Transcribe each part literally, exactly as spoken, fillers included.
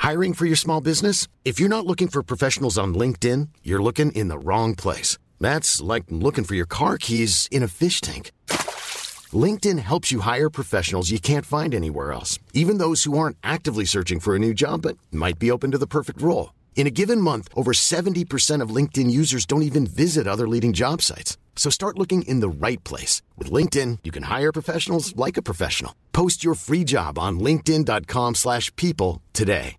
Hiring for your small business? If you're not looking for professionals on LinkedIn, you're looking in the wrong place. That's like looking for your car keys in a fish tank. LinkedIn helps you hire professionals you can't find anywhere else, even those who aren't actively searching for a new job but might be open to the perfect role. In a given month, over seventy percent of LinkedIn users don't even visit other leading job sites. So start looking in the right place. With LinkedIn, you can hire professionals like a professional. Post your free job on linkedin.com slash people today.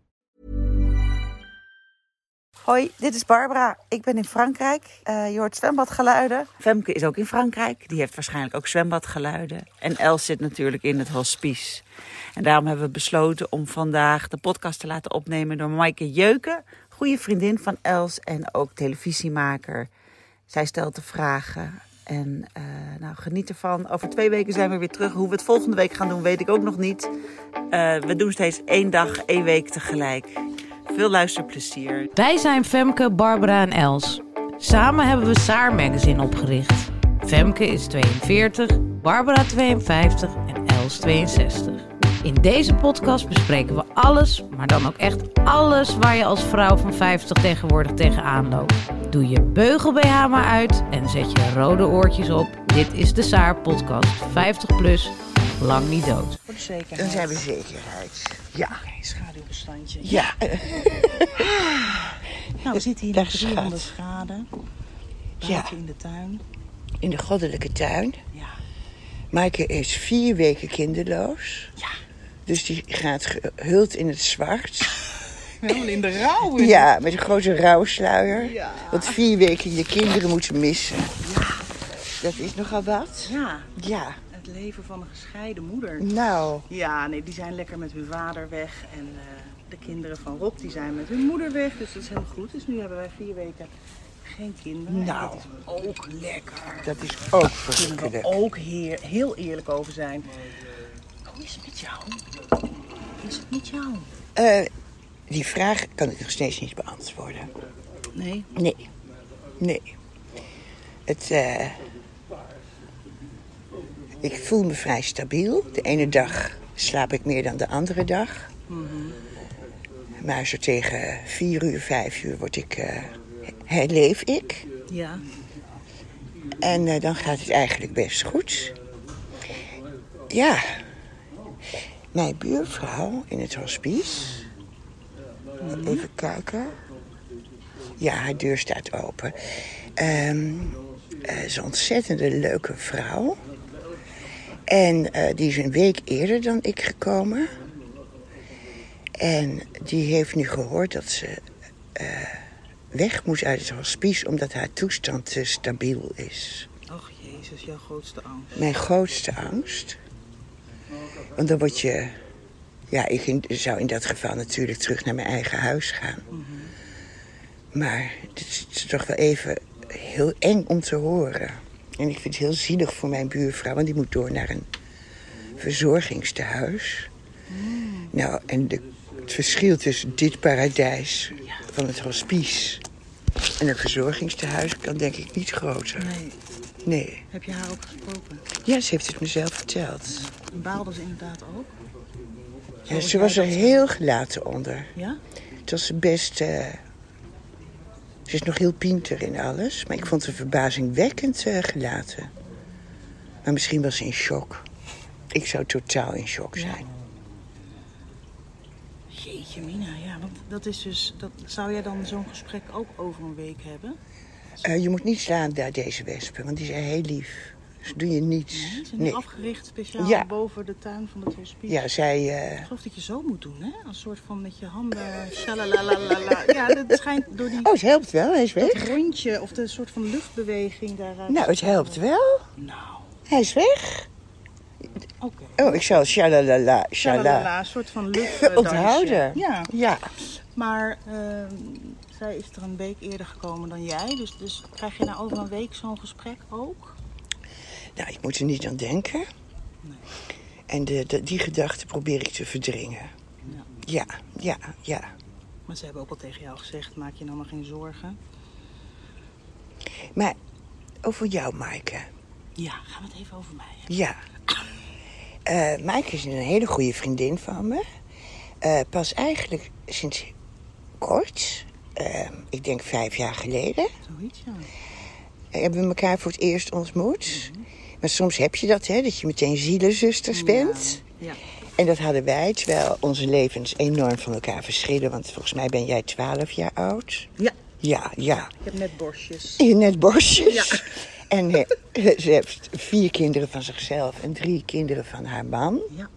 Hoi, dit is Barbara. Ik ben in Frankrijk. Uh, je hoort zwembadgeluiden. Femke is ook in Frankrijk. Die heeft waarschijnlijk ook zwembadgeluiden. En Els zit natuurlijk in het hospice. En daarom hebben we besloten om vandaag de podcast te laten opnemen door Maaike Jeuken. Goede vriendin van Els en ook televisiemaker. Zij stelt de vragen. En uh, nou, geniet ervan. Over twee weken zijn we weer terug. Hoe we het volgende week gaan doen, weet ik ook nog niet. Uh, we doen steeds één dag, één week tegelijk. Veel luisterplezier. Wij zijn Femke, Barbara en Els. Samen hebben we Saar Magazine opgericht. Femke is tweeënveertig, Barbara tweeënvijftig en Els tweeënzestig. In deze podcast bespreken we alles, maar dan ook echt alles waar je als vrouw van vijftig tegenwoordig tegenaan loopt. Doe je beugel B H maar uit en zet je rode oortjes op. Dit is de Saar podcast. vijftig plus, lang niet dood. Voor de zekerheid. Dan zijn we zekerheid. Ja. Oké, okay, schaduwbestandje. Ja. Nou, we zitten hier met driehonderd graden. Buiten ja. in de tuin. In de goddelijke tuin. Ja. Maaike is vier weken kinderloos. Ja. Dus die gaat gehuld in het zwart. Helemaal in de rouw. Ja, met een grote rouwsluier. Ja. Want vier weken je kinderen moeten missen. Ja. Dat is nogal wat. Ja. Ja. Het leven van een gescheiden moeder. Nou. Ja, nee, die zijn lekker met hun vader weg. En uh, de kinderen van Rob, die zijn met hun moeder weg. Dus dat is heel goed. Dus nu hebben wij vier weken geen kinderen. Nou. Dat is ook lekker. Dat is ook Daar verschrikkelijk. kunnen we ook heer, heel eerlijk over zijn. Hoe is het met jou? Hoe is het met jou? Uh, die vraag kan ik nog steeds niet beantwoorden. Nee? Nee. Nee. Het... Uh, Ik voel me vrij stabiel. De ene dag slaap ik meer dan de andere dag. Mm-hmm. Maar zo tegen vier uur, vijf uur word ik, uh, herleef ik. Ja. En uh, dan gaat het eigenlijk best goed. Ja. Mijn buurvrouw in het hospice. Mm-hmm. Even kijken. Ja, haar deur staat open. Um, uh, is een ontzettende leuke vrouw. En uh, die is een week eerder dan ik gekomen. En die heeft nu gehoord dat ze uh, weg moet uit het hospice, omdat haar toestand te stabiel is. Och jezus, jouw grootste angst. Mijn grootste angst. Want dan word je... Ja, ik in, zou in dat geval natuurlijk terug naar mijn eigen huis gaan. Mm-hmm. Maar het is, het is toch wel even heel eng om te horen. En ik vind het heel zielig voor mijn buurvrouw, want die moet door naar een verzorgingstehuis. Mm. Nou, en de, het verschil tussen dit paradijs van het hospice en een verzorgingstehuis kan denk ik niet groter. Nee. Nee. Heb je haar ook gesproken? Ja, ze heeft het mezelf verteld. En baalde ze inderdaad ook? Ja, ze was er heel gelaten onder. Ja? Het was best... Uh, Ze is nog heel pinter in alles, maar ik vond ze verbazingwekkend uh, gelaten. Maar misschien was ze in shock. Ik zou totaal in shock zijn. Ja. Jeetje mina, ja, want dat is dus... Dat, zou jij dan zo'n gesprek ook over een week hebben? Uh, je moet niet slaan naar deze wespen, want die zijn heel lief. Dus doe je niets. Nee, ze zijn nee. afgericht speciaal ja. boven de tuin van het hospice. Ja, zij... Uh... Ik geloof dat je zo moet doen, hè? Een soort van met je handen... Shalalalala. Ja, dat schijnt door die... Oh, het helpt wel, hij is weg. Dat rondje, of de soort van luchtbeweging daaruit. Nou, het helpt wel. Nou. Hij is weg. Oké. Okay. Oh, ik zal shalalala, shalalala, een soort van luchtdansje. Onthouden. Ja. Ja. Maar uh, zij is er een week eerder gekomen dan jij. Dus, dus krijg je nou over een week zo'n gesprek ook? Nou, ik moet er niet aan denken. Nee. En de, de, die gedachte probeer ik te verdringen. Ja. Ja, ja, ja. Maar ze hebben ook al tegen jou gezegd, maak je nou maar geen zorgen. Maar over jou, Maaike. Ja, gaan we het even over mij hebben. Ja. Uh, Maaike is een hele goede vriendin van me. Uh, pas eigenlijk sinds kort, uh, ik denk vijf jaar geleden. Zoiets, ja. Hebben we elkaar voor het eerst ontmoet. Mm-hmm. Maar soms heb je dat, hè, dat je meteen zielenzusters bent. Ja. Ja. En dat hadden wij, terwijl onze levens enorm van elkaar verschillen. Want volgens mij ben jij twaalf jaar oud. Ja. Ja, ja. Ik heb net borstjes. Je hebt net borstjes. Ja. En uh, ze heeft vier kinderen van zichzelf en drie kinderen van haar man. Ja.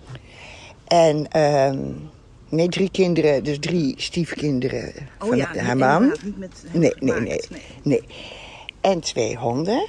En, uh, nee, drie kinderen, dus drie stiefkinderen oh, van ja, haar man. Niet met nee, nee, nee, nee, nee. En twee honden.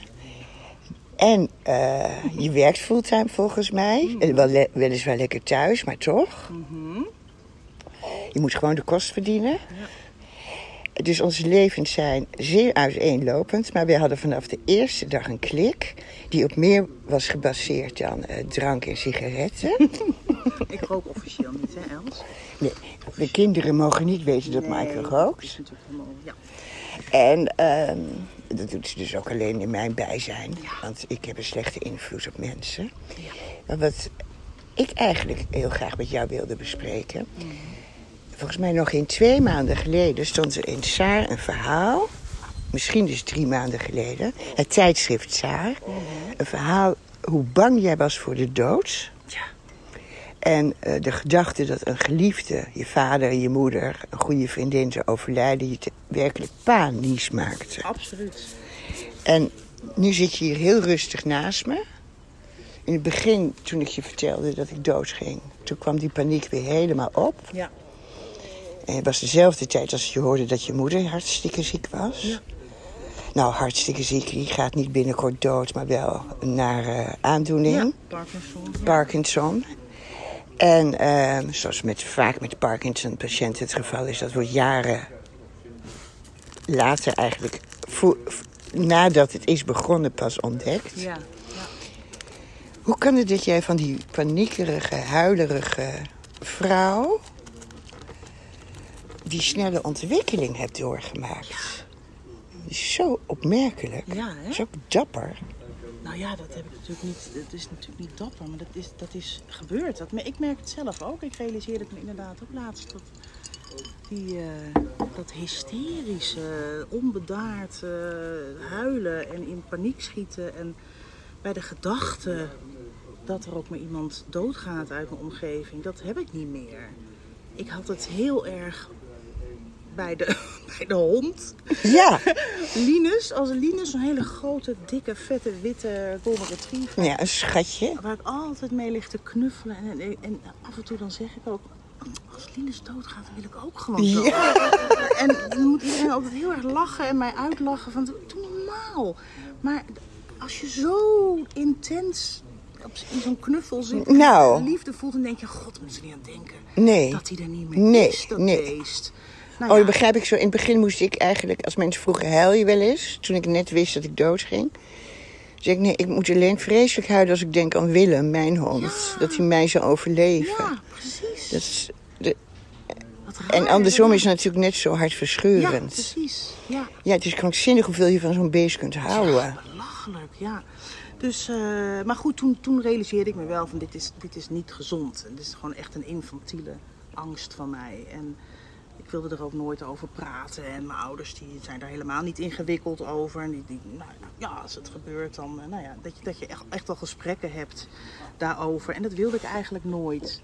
En uh, je werkt fulltime volgens mij. Mm-hmm. Wel le- weliswaar lekker thuis, maar toch. Mm-hmm. Je moet gewoon de kost verdienen. Ja. Dus onze levens zijn zeer uiteenlopend. Maar we hadden vanaf de eerste dag een klik die op meer was gebaseerd dan uh, drank en sigaretten. Ik rook officieel niet, hè, Els? Nee, de kinderen mogen niet weten dat nee, Michael rookt. Dat is natuurlijk helemaal, ja. En um, dat doet ze dus ook alleen in mijn bijzijn. Ja. Want ik heb een slechte invloed op mensen. Ja. Maar wat ik eigenlijk heel graag met jou wilde bespreken. Mm. Volgens mij nog in twee maanden geleden stond er in Saar een verhaal. Misschien dus drie maanden geleden. Het tijdschrift Saar. Mm-hmm. Een verhaal hoe bang jij was voor de dood. Ja. En uh, de gedachte dat een geliefde, je vader, je moeder, een goede vriendin zou overlijden, je te, werkelijk panisch maakte. Absoluut. En nu zit je hier heel rustig naast me. In het begin, toen ik je vertelde dat ik doodging, toen kwam die paniek weer helemaal op. Ja. En het was dezelfde tijd als je hoorde dat je moeder hartstikke ziek was. Ja. Nou, hartstikke ziek, die gaat niet binnenkort dood, maar wel naar uh, aandoening. Ja, Parkinson. Ja. Parkinson. En uh, zoals met, vaak met Parkinson-patiënten het geval is, dat wordt jaren later eigenlijk, vo- nadat het is begonnen, pas ontdekt. Ja, ja. Hoe kan het dat jij van die paniekerige, huilerige vrouw die snelle ontwikkeling hebt doorgemaakt? Ja. Dat is zo opmerkelijk. Ja, hè? Zo gedapperd. Nou ja, dat heb ik natuurlijk niet. Dat is natuurlijk niet dapper, maar dat is, dat is gebeurd. Dat, ik merk het zelf ook. Ik realiseerde het me inderdaad ook laatst. Dat, die, uh, dat hysterische, onbedaard uh, huilen en in paniek schieten. En bij de gedachte dat er ook maar iemand doodgaat uit mijn omgeving, dat heb ik niet meer. Ik had het heel erg bij de, bij de hond. Ja. Linus, als Linus, een hele grote, dikke, vette, witte golden retriever. Ja, een schatje. Waar ik altijd mee lig te knuffelen. En, en, en af en toe dan zeg ik ook, als Linus doodgaat, dan wil ik ook gewoon dood. Ja. En dan moet iedereen altijd heel erg lachen en mij uitlachen van, doe normaal. Maar als je zo intens in zo'n knuffel zit, nou. liefde voelt, dan denk je, god, moet ze niet aan denken. Nee. Dat hij er niet meer nee. is, dat nee. beest. Nou, oh, ja. dat begrijp ik zo. In het begin moest ik eigenlijk, als mensen vroegen, huil je wel eens? Toen ik net wist dat ik doodging. Zei ik, nee, ik moet alleen vreselijk huilen als ik denk aan Willem, mijn hond. Ja. Dat hij mij zou overleven. Ja, precies. Dat is de... raar, en andersom is het natuurlijk net zo hartverscheurend. Ja, precies. Ja, ja, het is krankzinnig hoeveel je van zo'n beest kunt houden. Ja, belachelijk, ja. Dus, uh, maar goed, toen, toen realiseerde ik me wel van dit is, dit is niet gezond. Dit is gewoon echt een infantiele angst van mij. En ik wilde er ook nooit over praten. En mijn ouders die zijn daar helemaal niet ingewikkeld over. En die, die, nou, ja, als het gebeurt, dan nou ja, dat je, dat je echt, echt wel gesprekken hebt daarover. En dat wilde ik eigenlijk nooit.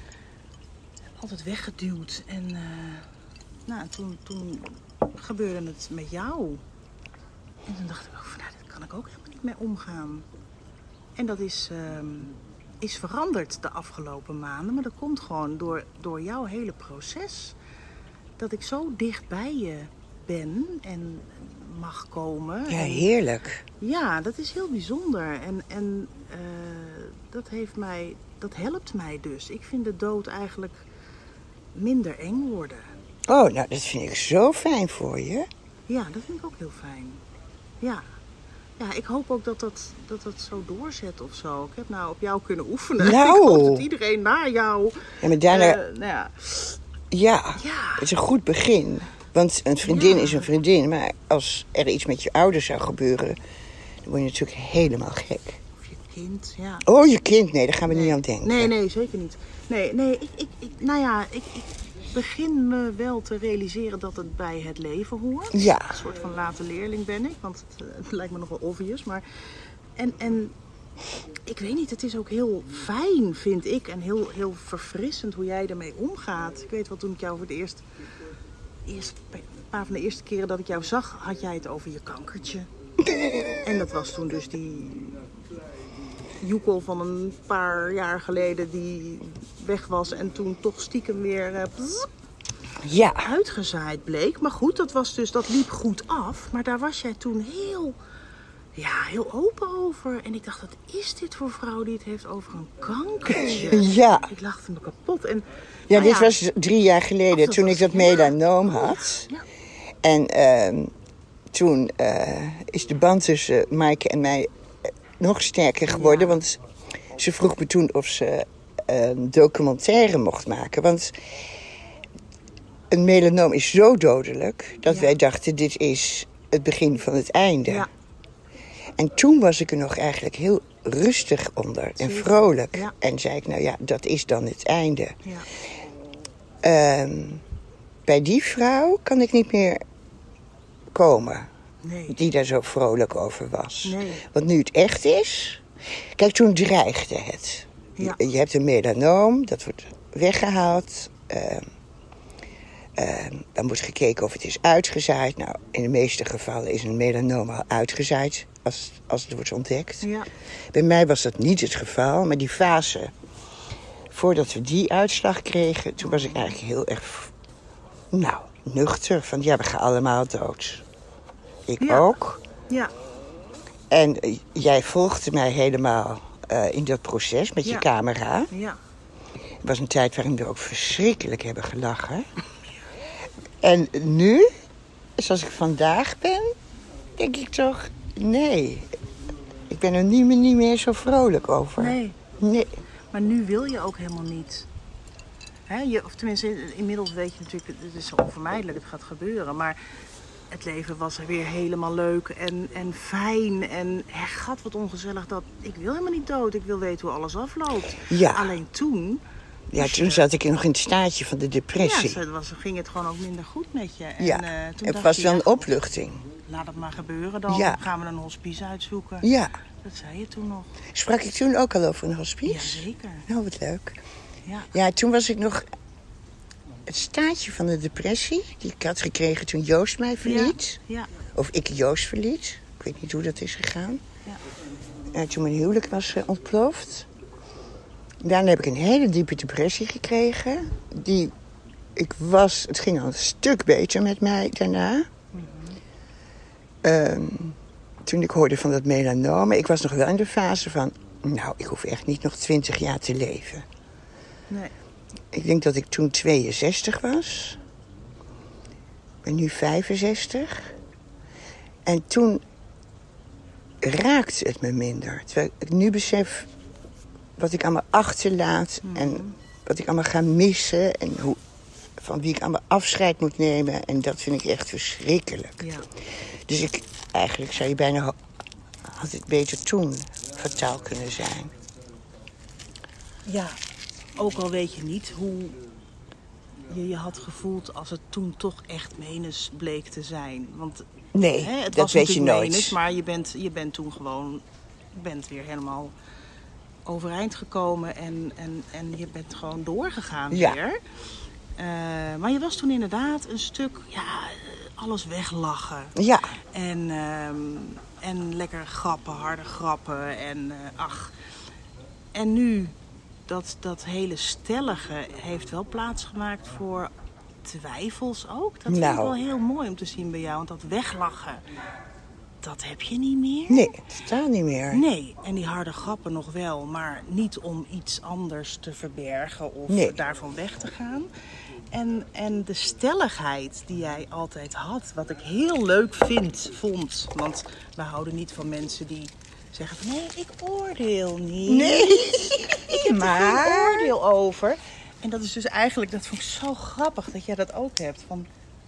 Altijd weggeduwd. En uh, nou, toen, toen gebeurde het met jou. En toen dacht ik ook van, nou, dit kan ik ook helemaal niet mee omgaan. En dat is, uh, is veranderd de afgelopen maanden. Maar dat komt gewoon door, door jouw hele proces. Dat ik zo dicht bij je ben en mag komen. Ja, heerlijk. En, ja, dat is heel bijzonder. En, en uh, dat, heeft mij, dat helpt mij dus. Ik vind de dood eigenlijk minder eng worden. Oh, nou, dat vind ik zo fijn voor je. Ja, dat vind ik ook heel fijn. Ja. Ja, ik hoop ook dat dat, dat dat zo doorzet of zo. Ik heb nou op jou kunnen oefenen. Nou. Ik hoop dat iedereen na jou... Ja, maar daarna... Uh, nou ja. Ja, ja, het is een goed begin. Want een vriendin ja. is een vriendin. Maar als er iets met je ouders zou gebeuren, dan word je natuurlijk helemaal gek. Of je kind, ja. Oh, je kind? Nee, daar gaan we nee. niet aan denken. Nee, nee, zeker niet. Nee, nee, ik, ik, ik, nou ja, ik, ik begin me wel te realiseren dat het bij het leven hoort. Ja. Een soort van late leerling ben ik, want het, het lijkt me nogal obvious. Maar, en, en ik weet niet, het is ook heel fijn, vind ik. En heel, heel verfrissend hoe jij ermee omgaat. Ik weet wel, toen ik jou voor het eerst... eerst een paar van de eerste keren dat ik jou zag, had jij het over je kankertje. En dat was toen dus die joekel van een paar jaar geleden die weg was en toen toch stiekem weer uh, pss, ja. uitgezaaid bleek. Maar goed, dat, was dus, dat liep goed af. Maar daar was jij toen heel, ja, heel open over. En ik dacht, wat is dit voor vrouw die het heeft over een kankertje? Ja. Ik lachte me kapot. En, Ja, nou dit was drie jaar geleden, dat toen was, ik dat ja. melanoom had. Ja. En uh, toen uh, is de band tussen Maaike en mij uh, nog sterker geworden. Ja. Want ze vroeg me toen of ze een documentaire mocht maken. Want een melanoom is zo dodelijk dat Ja. wij dachten, dit is het begin van het einde. Ja. En toen was ik er nog eigenlijk heel rustig onder en Zeker. vrolijk. Ja. En zei ik, nou ja, dat is dan het einde. Ja. Uh, bij die vrouw kan ik niet meer komen. Nee. Die daar zo vrolijk over was. Nee. Want nu het echt is... Kijk, toen dreigde het. Ja. Je, je hebt een melanoom, dat wordt weggehaald. Uh, uh, dan wordt gekeken of het is uitgezaaid. Nou, in de meeste gevallen is een melanoom al uitgezaaid als, als het wordt ontdekt. Ja. Bij mij was dat niet het geval, maar die fase... Voordat we die uitslag kregen, toen was ik eigenlijk heel erg... Nou, nuchter. Van ja, we gaan allemaal dood. Ik Ja. ook. Ja. En uh, jij volgde mij helemaal uh, in dat proces met Ja. je camera. Ja. Het was een tijd waarin we ook verschrikkelijk hebben gelachen. En nu, zoals ik vandaag ben, denk ik toch... Nee, ik ben er niet meer, niet meer zo vrolijk over. Nee. Nee. Maar nu wil je ook helemaal niet. Hè, je, of tenminste, inmiddels weet je natuurlijk, het is onvermijdelijk, het gaat gebeuren. Maar het leven was weer helemaal leuk en, en fijn. En hè, gat, wat ongezellig dat... Ik wil helemaal niet dood, ik wil weten hoe alles afloopt. Ja. Alleen toen... Ja, was toen je- zat ik nog in het staartje van de depressie. Ja, het was, ging het gewoon ook minder goed met je. En, Ja, eh, toen het dacht was je, wel ja, een opluchting. laat het maar gebeuren dan. Ja. Gaan we een hospice uitzoeken. Ja. Dat zei je toen nog. Sprak ik toen ook al over een hospice? Jazeker. Nou, wat leuk. Ja. Ja, toen was ik nog het staartje van de depressie... die ik had gekregen toen Joost mij verliet. Ja. Of ik Joost verliet. Ik weet niet hoe dat is gegaan. Ja. En toen mijn huwelijk was uh, ontploft. Daarna heb ik een hele diepe depressie gekregen. Die, ik was, het ging al een stuk beter met mij daarna. Mm-hmm. Um, toen ik hoorde van dat melanoom. Ik was nog wel in de fase van... Nou, ik hoef echt niet nog twintig jaar te leven. Nee. Ik denk dat ik toen tweeënzestig was. Ik ben nu vijfenzestig. En toen raakte het me minder. Terwijl ik nu besef wat ik allemaal achterlaat... Mm. en wat ik allemaal ga missen... en hoe, van wie ik allemaal afscheid moet nemen. En dat vind ik echt verschrikkelijk. Ja. Dus ik, eigenlijk zou je bijna... had het beter toen fataal kunnen zijn. Ja, ook al weet je niet hoe je je had gevoeld als het toen toch echt menens bleek te zijn. Want Nee, hè, het dat was weet je natuurlijk nooit. menens, maar je bent, je bent toen gewoon bent weer helemaal overeind gekomen en, en, en je bent gewoon doorgegaan Ja. weer. Uh, maar je was toen inderdaad een stuk, ja, alles weglachen. Ja. En, um, en lekker grappen, harde grappen en uh, ach. En nu, dat, dat hele stellige heeft wel plaatsgemaakt voor twijfels ook. Dat vind Nou. ik wel heel mooi om te zien bij jou. Want dat weglachen, dat heb je niet meer. Nee, het staat niet meer. Nee, en die harde grappen nog wel. Maar niet om iets anders te verbergen of Nee. daarvan weg te gaan. En, en de stelligheid die jij altijd had, wat ik heel leuk vind, vond. Want we houden niet van mensen die zeggen van nee, ik oordeel niet. Nee. Ik heb Maar- er geen oordeel over. En dat is dus eigenlijk, dat vond ik zo grappig dat jij dat ook hebt. Van,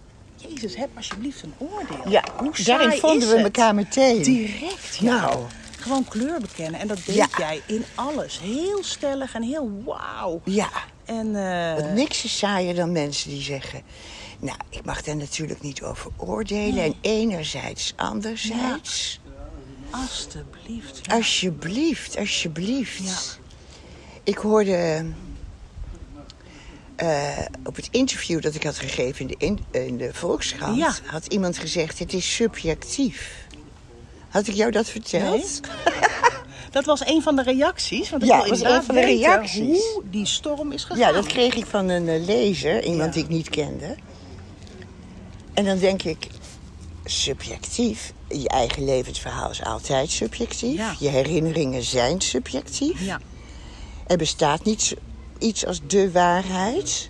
Jezus, heb alsjeblieft een oordeel. Ja, Hoe daarin saai vonden is we het? elkaar meteen. Direct, ja. Nou. Gewoon kleur bekennen. En dat deed Ja. jij in alles. Heel stellig en heel wauw. Ja. En, uh... Want niks is saaier dan mensen die zeggen... Nou, ik mag daar natuurlijk niet over oordelen. Nee. En enerzijds, anderzijds... Ja. Alsjeblieft. Ja. Alsjeblieft, alsjeblieft. Ja. Ik hoorde... Uh, op het interview dat ik had gegeven in de, in, in de Volkskrant... Ja. had iemand gezegd, het is subjectief. Had ik jou dat verteld? Nee. Dat was een van de reacties. Want ik ja, wil dat was een van de reacties. Hoe die storm is gegaan. Ja, dat kreeg ik van een uh, lezer, iemand ja. die ik niet kende. En dan denk ik, subjectief. Je eigen levensverhaal is altijd subjectief. Ja. Je herinneringen zijn subjectief. Ja. Er bestaat niet iets als de waarheid.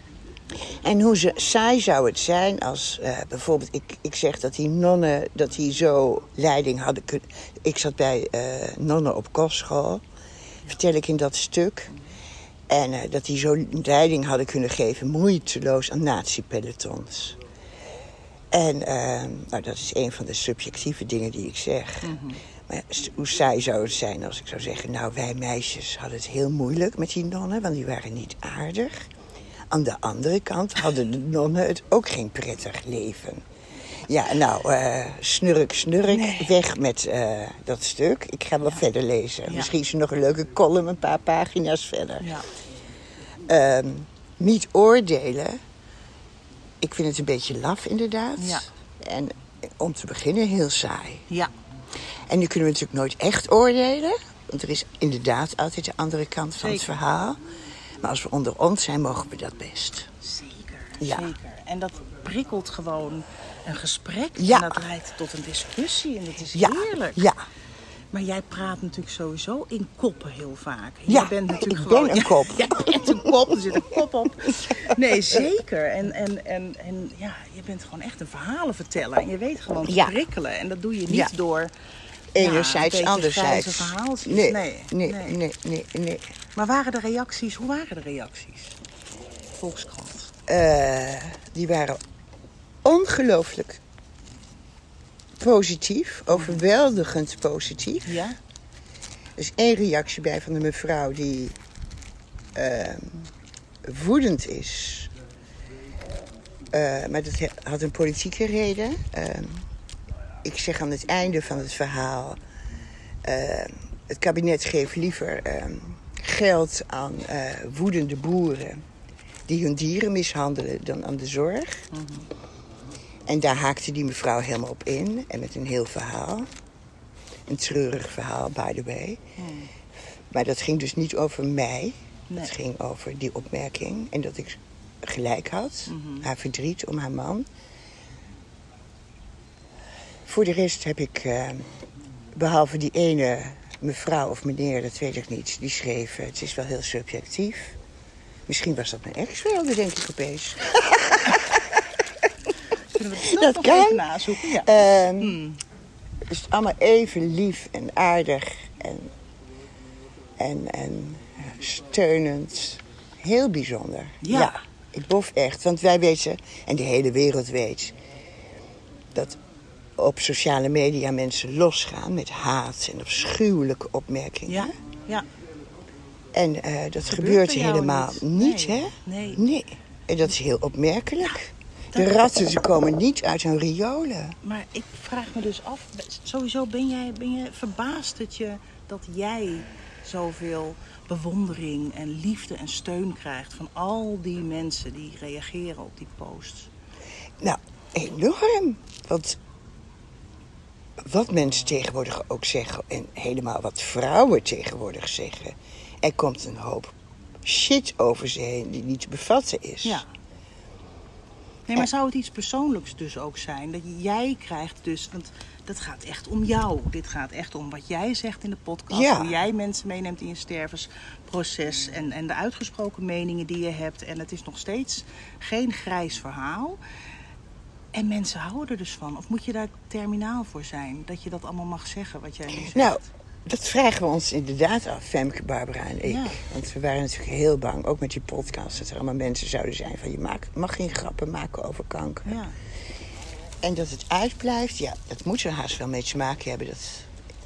En hoe ze, saai zou het zijn als uh, bijvoorbeeld... Ik, ik zeg dat die nonnen, dat die zo leiding hadden kunnen... Ik zat bij uh, nonnen op kostschool. Vertel ik in dat stuk. En uh, dat die zo leiding hadden kunnen geven... moeiteloos aan nazi-pelotons. En uh, nou, dat is een van de subjectieve dingen die ik zeg. Mm-hmm. Maar hoe saai zou het zijn als ik zou zeggen... nou, wij meisjes hadden het heel moeilijk met die nonnen... want die waren niet aardig. Aan de andere kant hadden de nonnen het ook geen prettig leven. Ja, nou, uh, snurk, snurk, nee. weg met uh, dat stuk. Ik ga wel ja. verder lezen. Ja. Misschien is er nog een leuke column, een paar pagina's verder. Ja. Um, niet oordelen. Ik vind het een beetje laf, inderdaad. Ja. En om te beginnen heel saai. Ja. En nu kunnen we natuurlijk nooit echt oordelen. Want er is inderdaad altijd de andere kant van Zeker. Het verhaal. Maar als we onder ons zijn, mogen we dat best. Zeker, ja. zeker. En dat prikkelt gewoon een gesprek. Ja. En dat leidt tot een discussie. En dat is ja. heerlijk. Ja. Maar jij praat natuurlijk sowieso in koppen heel vaak. Ja, jij bent natuurlijk ik gewoon, ben een kop. Ja, jij bent een kop, er zit een kop op. Nee, zeker. En, en, en, en ja, je bent gewoon echt een verhalenverteller. En je weet gewoon te ja. prikkelen. En dat doe je niet ja. door... Enerzijds, ja, anderzijds. Nee, nee, nee, nee, nee, nee, nee. Maar waren de reacties, hoe waren de reacties? Volkskrant. Uh, die waren ongelooflijk positief, overweldigend positief. Ja? Er is één reactie bij van de mevrouw die uh, woedend is. Uh, maar dat had een politieke reden. Uh, ik zeg aan het einde van het verhaal... Uh, het kabinet geeft liever uh, geld aan uh, woedende boeren... die hun dieren mishandelen dan aan de zorg. Mm-hmm. En daar haakte die mevrouw helemaal op in. En met een heel verhaal. Een treurig verhaal, by the way. Mm. Maar dat ging dus niet over mij. Nee. Het ging over die opmerking. En dat ik gelijk had. Mm-hmm. Haar verdriet om haar man. Voor de rest heb ik, uh, behalve die ene mevrouw of meneer, dat weet ik niet, die schreef, het is wel heel subjectief. Misschien was dat mijn ex wel, dat denk ik opeens. Zullen we dat, dat kan. Even nazoeken? Ja. Um, hmm. Het is allemaal even lief en aardig en, en, en steunend. Heel bijzonder. Ja. ja. Ik bof echt, want wij weten, en de hele wereld weet, dat op sociale media mensen losgaan met haat en afschuwelijke opmerkingen. Ja, ja. En uh, dat, dat gebeurt helemaal niet, niet nee. hè? Nee. Nee. En dat is heel opmerkelijk. Ja, de ratten, ze komen niet uit hun riolen. Maar ik vraag me dus af, sowieso ben jij, ben je verbaasd dat, je, dat jij zoveel bewondering en liefde en steun krijgt van al die mensen die reageren op die posts? Nou, enorm. Want wat mensen tegenwoordig ook zeggen, en helemaal wat vrouwen tegenwoordig zeggen, er komt een hoop shit over ze heen die niet te bevatten is. Ja. Nee, maar zou het iets persoonlijks dus ook zijn? Dat jij krijgt dus, want dat gaat echt om jou. Dit gaat echt om wat jij zegt in de podcast. Ja. Hoe jij mensen meeneemt in je stervensproces. En, en de uitgesproken meningen die je hebt. En het is nog steeds geen grijs verhaal. En mensen houden er dus van. Of moet je daar terminaal voor zijn? Dat je dat allemaal mag zeggen wat jij nu zegt? Nou, dat vragen we ons inderdaad af, Femke, Barbara en ik. Ja. Want we waren natuurlijk heel bang, ook met die podcast, dat er allemaal mensen zouden zijn van je mag, mag geen grappen maken over kanker. Ja. En dat het uitblijft, ja, dat moet er haast wel mee te maken hebben. Dat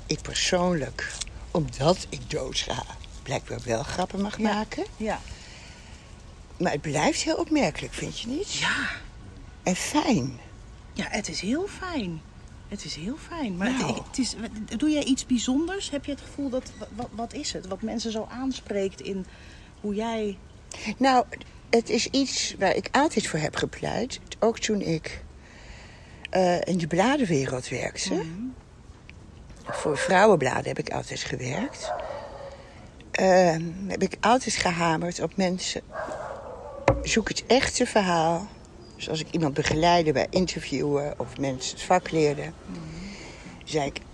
ik persoonlijk, omdat ik doodga, blijkbaar wel grappen mag Ja. maken. Ja. Maar het blijft heel opmerkelijk, vind je niet? Ja. En fijn. Ja, het is heel fijn. Het is heel fijn. Maar Nou. het, het is, doe jij iets bijzonders? Heb je het gevoel dat... Wat, wat is het? Wat mensen zo aanspreekt in hoe jij... Nou, het is iets waar ik altijd voor heb gepleit. Ook toen ik uh, in de bladenwereld werkte. Mm-hmm. Voor vrouwenbladen heb ik altijd gewerkt. Uh, heb ik altijd gehamerd op mensen. Zoek het echte verhaal. Dus als ik iemand begeleidde bij interviewen of mensen het vak leerden, mm-hmm. zei ik,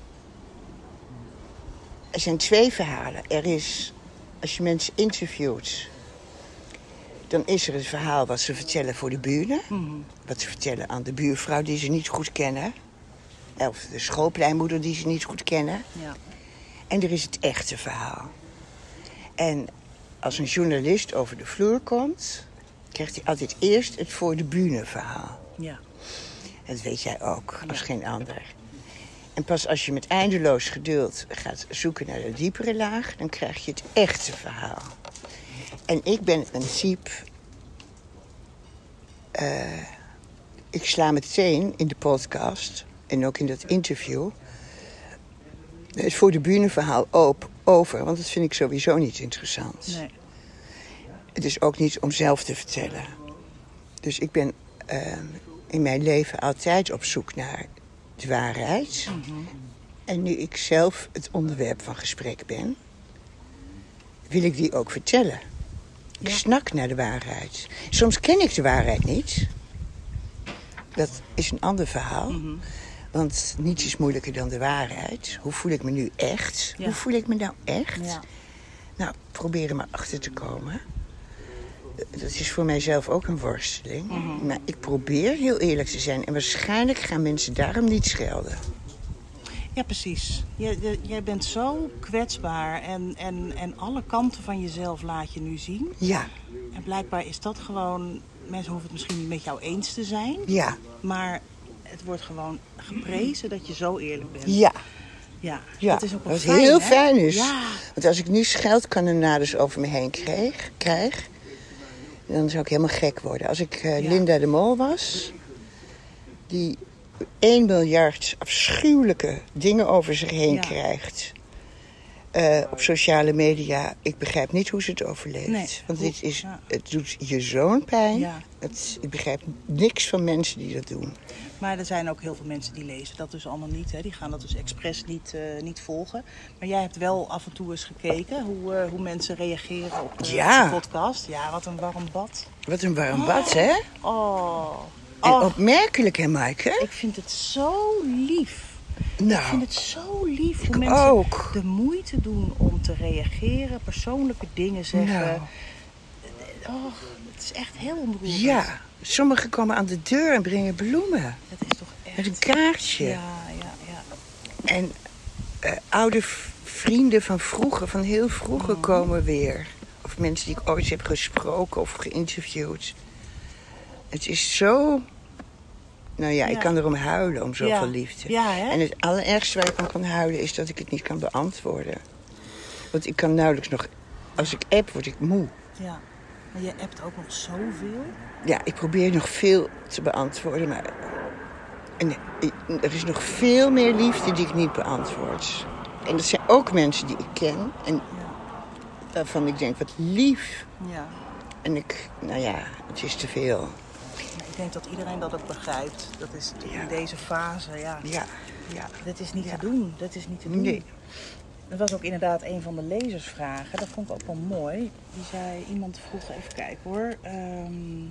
er zijn twee verhalen. Er is, als je mensen interviewt, dan is er het verhaal wat ze vertellen voor de buren. Mm-hmm. Wat ze vertellen aan de buurvrouw die ze niet goed kennen. Of de schoolpleinmoeder die ze niet goed kennen. Ja. En er is het echte verhaal. En als een journalist over de vloer komt, krijgt hij altijd eerst het voor de bühne verhaal. Ja. Dat weet jij ook, Ja. als geen ander. En pas als je met eindeloos geduld gaat zoeken naar de diepere laag, dan krijg je het echte verhaal. En ik ben een type. Uh, ik sla meteen in de podcast en ook in dat interview het voor de bühne verhaal op, over, want dat vind ik sowieso niet interessant. Nee. Het is ook niet om zelf te vertellen. Dus ik ben uh, in mijn leven altijd op zoek naar de waarheid. Mm-hmm. En nu ik zelf het onderwerp van gesprek ben, wil ik die ook vertellen. Ik ja. snak naar de waarheid. Soms ken ik de waarheid niet. Dat is een ander verhaal. Mm-hmm. Want niets is moeilijker dan de waarheid. Hoe voel ik me nu echt? Ja. Hoe voel ik me nou echt? Ja. Nou, probeer er maar achter te komen. Dat is voor mijzelf ook een worsteling. Mm-hmm. Maar ik probeer heel eerlijk te zijn. En waarschijnlijk gaan mensen daarom niet schelden. Ja, precies. Jij, jij bent zo kwetsbaar. En, en, en alle kanten van jezelf laat je nu zien. Ja. En blijkbaar is dat gewoon... Mensen hoeven het misschien niet met jou eens te zijn. Ja. Maar het wordt gewoon geprezen dat je zo eerlijk bent. Ja. Ja, ja. dat is ook wel wat fijn, heel hè? fijn is. Ja. Want als ik nu scheldkanonades over me heen kreeg, krijg, dan zou ik helemaal gek worden. Als ik uh, ja. Linda de Mol was, die één miljard afschuwelijke dingen over zich heen ja. krijgt. Uh, op sociale media, ik begrijp niet hoe ze het overleeft. Nee, Want hoe, dit is, ja. het doet je zo'n pijn. Ja. Het, ik begrijp niks van mensen die dat doen. Maar er zijn ook heel veel mensen die lezen dat dus allemaal niet. Hè? Die gaan dat dus expres niet, uh, niet volgen. Maar jij hebt wel af en toe eens gekeken hoe, uh, hoe mensen reageren op de, ja. de podcast. Ja, wat een warm bad. Wat een warm oh. bad, hè? Oh. En oh. opmerkelijk, hè, Maaike? Ik vind het zo lief. Nou, ik vind het zo lief hoe ik mensen ook. de moeite doen om te reageren, persoonlijke dingen zeggen. Nou. Oh, het is echt heel ontroerend. Ja, sommigen komen aan de deur en brengen bloemen. Dat is toch echt... Met een kaartje. Ja, ja, ja. En uh, oude v- vrienden van vroeger, van heel vroeger, oh. komen weer. Of mensen die ik ooit heb gesproken of geïnterviewd. Het is zo... Nou ja, ja, ik kan erom huilen, om zoveel ja. liefde. Ja, hè? En het allerergste waar ik om kan huilen is dat ik het niet kan beantwoorden. Want ik kan nauwelijks nog... Als ik app, word ik moe. Ja, maar je appt ook nog zoveel. Ja, ik probeer nog veel te beantwoorden, maar... En er is nog veel meer liefde die ik niet beantwoord. En dat zijn ook mensen die ik ken. En ja. waarvan ik denk, wat lief. Ja. En ik, nou ja, het is te veel. Ik denk dat iedereen dat ook begrijpt. Dat is ja. in deze fase, ja. Ja. ja. Dat is niet ja. te doen. Dat is niet te doen. Nee. Dat was ook inderdaad een van de lezersvragen. Dat vond ik ook wel mooi. Die zei, iemand vroeg, even kijken hoor. Um,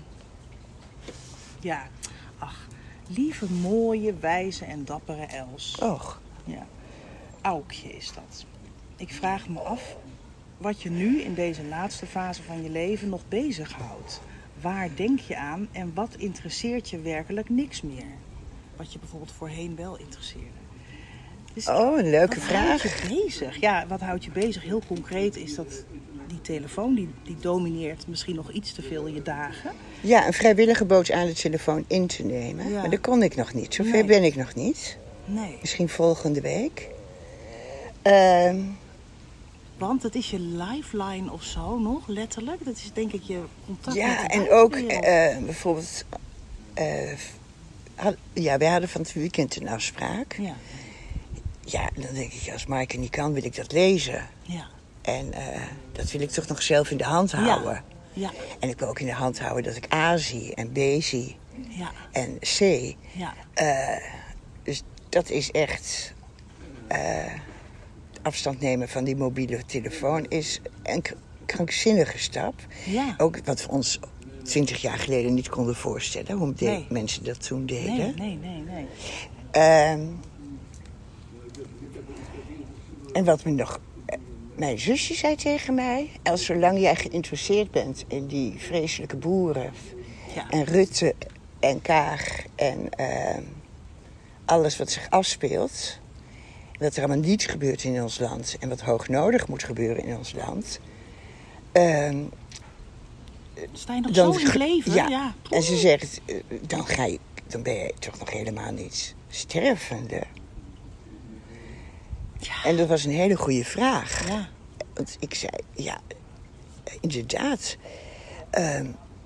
ja, ach. Lieve, mooie, wijze en dappere Els. Och. Ja. Aukje is dat. Ik vraag me af wat je nu in deze laatste fase van je leven nog bezighoudt. Waar denk je aan en wat interesseert je werkelijk niks meer? Wat je bijvoorbeeld voorheen wel interesseerde. Dus oh, een leuke wat vraag. Wat houdt je bezig? Ja, wat houdt je bezig? Heel concreet is dat die telefoon, die, die domineert misschien nog iets te veel je dagen. Ja, een vrijwillige bood aan de telefoon in te nemen. Ja. Maar dat kon ik nog niet. Zover nee. ben ik nog niet. Nee. Misschien volgende week. Uh, Want het is je lifeline of zo nog, letterlijk. Dat is denk ik je contact ja, met de en ook uh, buitenwereld. bijvoorbeeld... Uh, had, ja, wij hadden van het weekend een afspraak. Ja. Ja, dan denk ik, als Maaike niet kan, wil ik dat lezen. Ja. En uh, dat wil ik toch nog zelf in de hand houden. Ja. Ja. En ik wil ook in de hand houden dat ik A zie en B zie Ja. en C. Ja. Uh, dus dat is echt... Uh, afstand nemen van die mobiele telefoon is een k- krankzinnige stap. Ja. Ook wat we ons twintig jaar geleden niet konden voorstellen. Hoe de- Nee. mensen dat toen deden. Nee, nee, nee, nee. Uh, en wat me nog... Mijn zusje zei tegen mij... Els, zolang jij geïnteresseerd bent in die vreselijke boeren... Ja. en Rutte en Kaag en uh, alles wat zich afspeelt... wat er allemaal niet gebeurt in ons land... en wat hoognodig moet gebeuren in ons land... Uh, Sta je nog dan, zo in het leven? Ja. Ja. En ze zegt, uh, dan, ga je, dan ben je toch nog helemaal niet stervende. Ja. En dat was een hele goede vraag. Ja. Want ik zei, ja, inderdaad. Uh,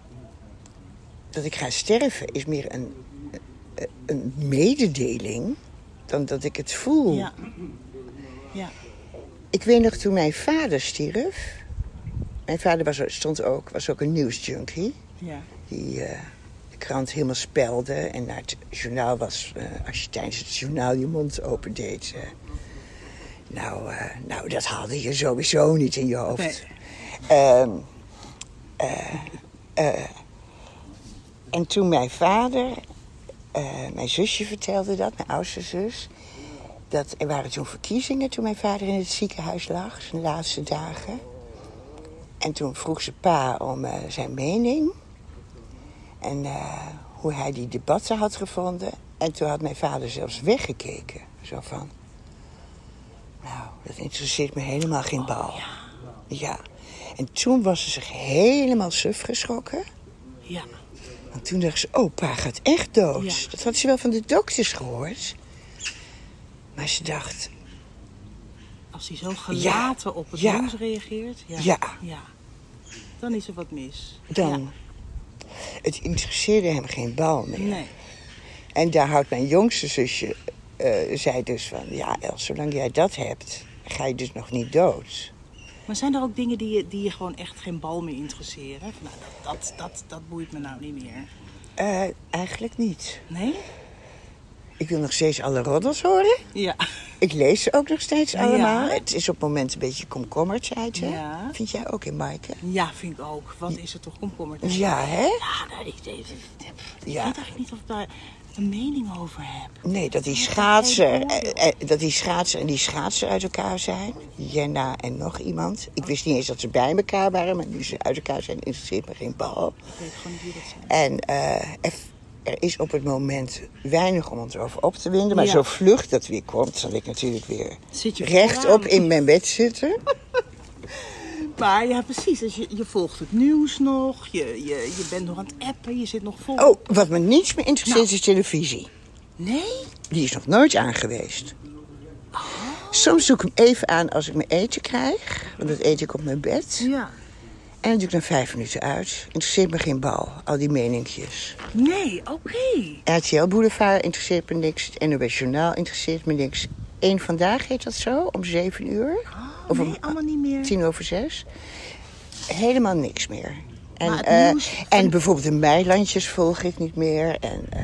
dat ik ga sterven is meer een, een mededeling... dan dat ik het voel. Ja. Ja. Ik weet nog toen mijn vader stierf... Mijn vader was, stond ook, was ook een nieuwsjunkie. Ja. Die uh, de krant helemaal spelde. En naar het journaal was... Uh, als je tijdens het journaal je mond opendeed... Uh, nou, uh, nou, dat haalde je sowieso niet in je hoofd. Nee. Uh, uh, uh, en toen mijn vader... Uh, mijn zusje vertelde dat, mijn oudste zus... dat er waren toen verkiezingen toen mijn vader in het ziekenhuis lag... zijn laatste dagen... En toen vroeg ze pa om uh, zijn mening. En uh, hoe hij die debatten had gevonden. En toen had mijn vader zelfs weggekeken. Zo van... Nou, dat interesseert me helemaal geen bal. Oh, ja. Ja. En toen was ze zich helemaal suf geschrokken. Ja. Want toen dacht ze, oh, pa gaat echt dood. Ja. Dat had ze wel van de dokters gehoord. Maar ze dacht... Als hij zo gelaten ja. op het ja. nieuws reageert... Ja. Ja. ja. Dan is er wat mis. Dan... Ja. Het interesseerde hem geen bal meer. Nee. En daar houdt mijn jongste zusje... Uh, zei dus van... Ja, Els, zolang jij dat hebt... ga je dus nog niet dood. Maar zijn er ook dingen die je, die je gewoon echt geen bal meer interesseren? Van, nou, dat, dat, dat, dat boeit me nou niet meer. Uh, eigenlijk niet. Nee? Ik wil nog steeds alle roddels horen. Ja. Ik lees ze ook nog steeds allemaal. Ja. Het is op het moment een beetje komkommertijd, hè? Ja. Vind jij ook in, Maaike? Ja, vind ik ook. Wat is er toch komkommertijd? Ja, hè? Ja, nou, ik, ik, ik, ik Ja. weet eigenlijk niet of ik daar een mening over heb. Nee, dat die schaatser, eh, eh, dat die schaatser en die schaatser uit elkaar zijn. Jenna en nog iemand. Ik wist niet eens dat ze bij elkaar waren, maar nu ze uit elkaar zijn, interesseert me geen bal. Ik weet gewoon niet wie dat zijn. En uh, er, er is op het moment weinig om ons over op te winden. Maar Ja. zo vlug dat weer komt, zal ik natuurlijk weer Zit je rechtop vooraan. in mijn bed zitten. Maar ja, precies. Dus je, je volgt het nieuws nog. Je, je, je bent nog aan het appen. Je zit nog vol. Oh, wat me niets meer interesseert Nou. is televisie. Nee? Die is nog nooit aangeweest. Soms doe ik hem even aan als ik mijn eten krijg. Want dat eet ik op mijn bed. Ja. En dan doe ik dan vijf minuten uit. Interesseert me geen bal, al die meninkjes. Nee, oké. R T L Boulevard interesseert me niks. Het N O S Journaal interesseert me niks. Eén Vandaag heet dat zo, om zeven uur. Oh, of nee, om allemaal niet meer. tien over zes. Helemaal niks meer. En, Maar het uh, nieuws van- en bijvoorbeeld de Meilandjes volg ik niet meer. En uh,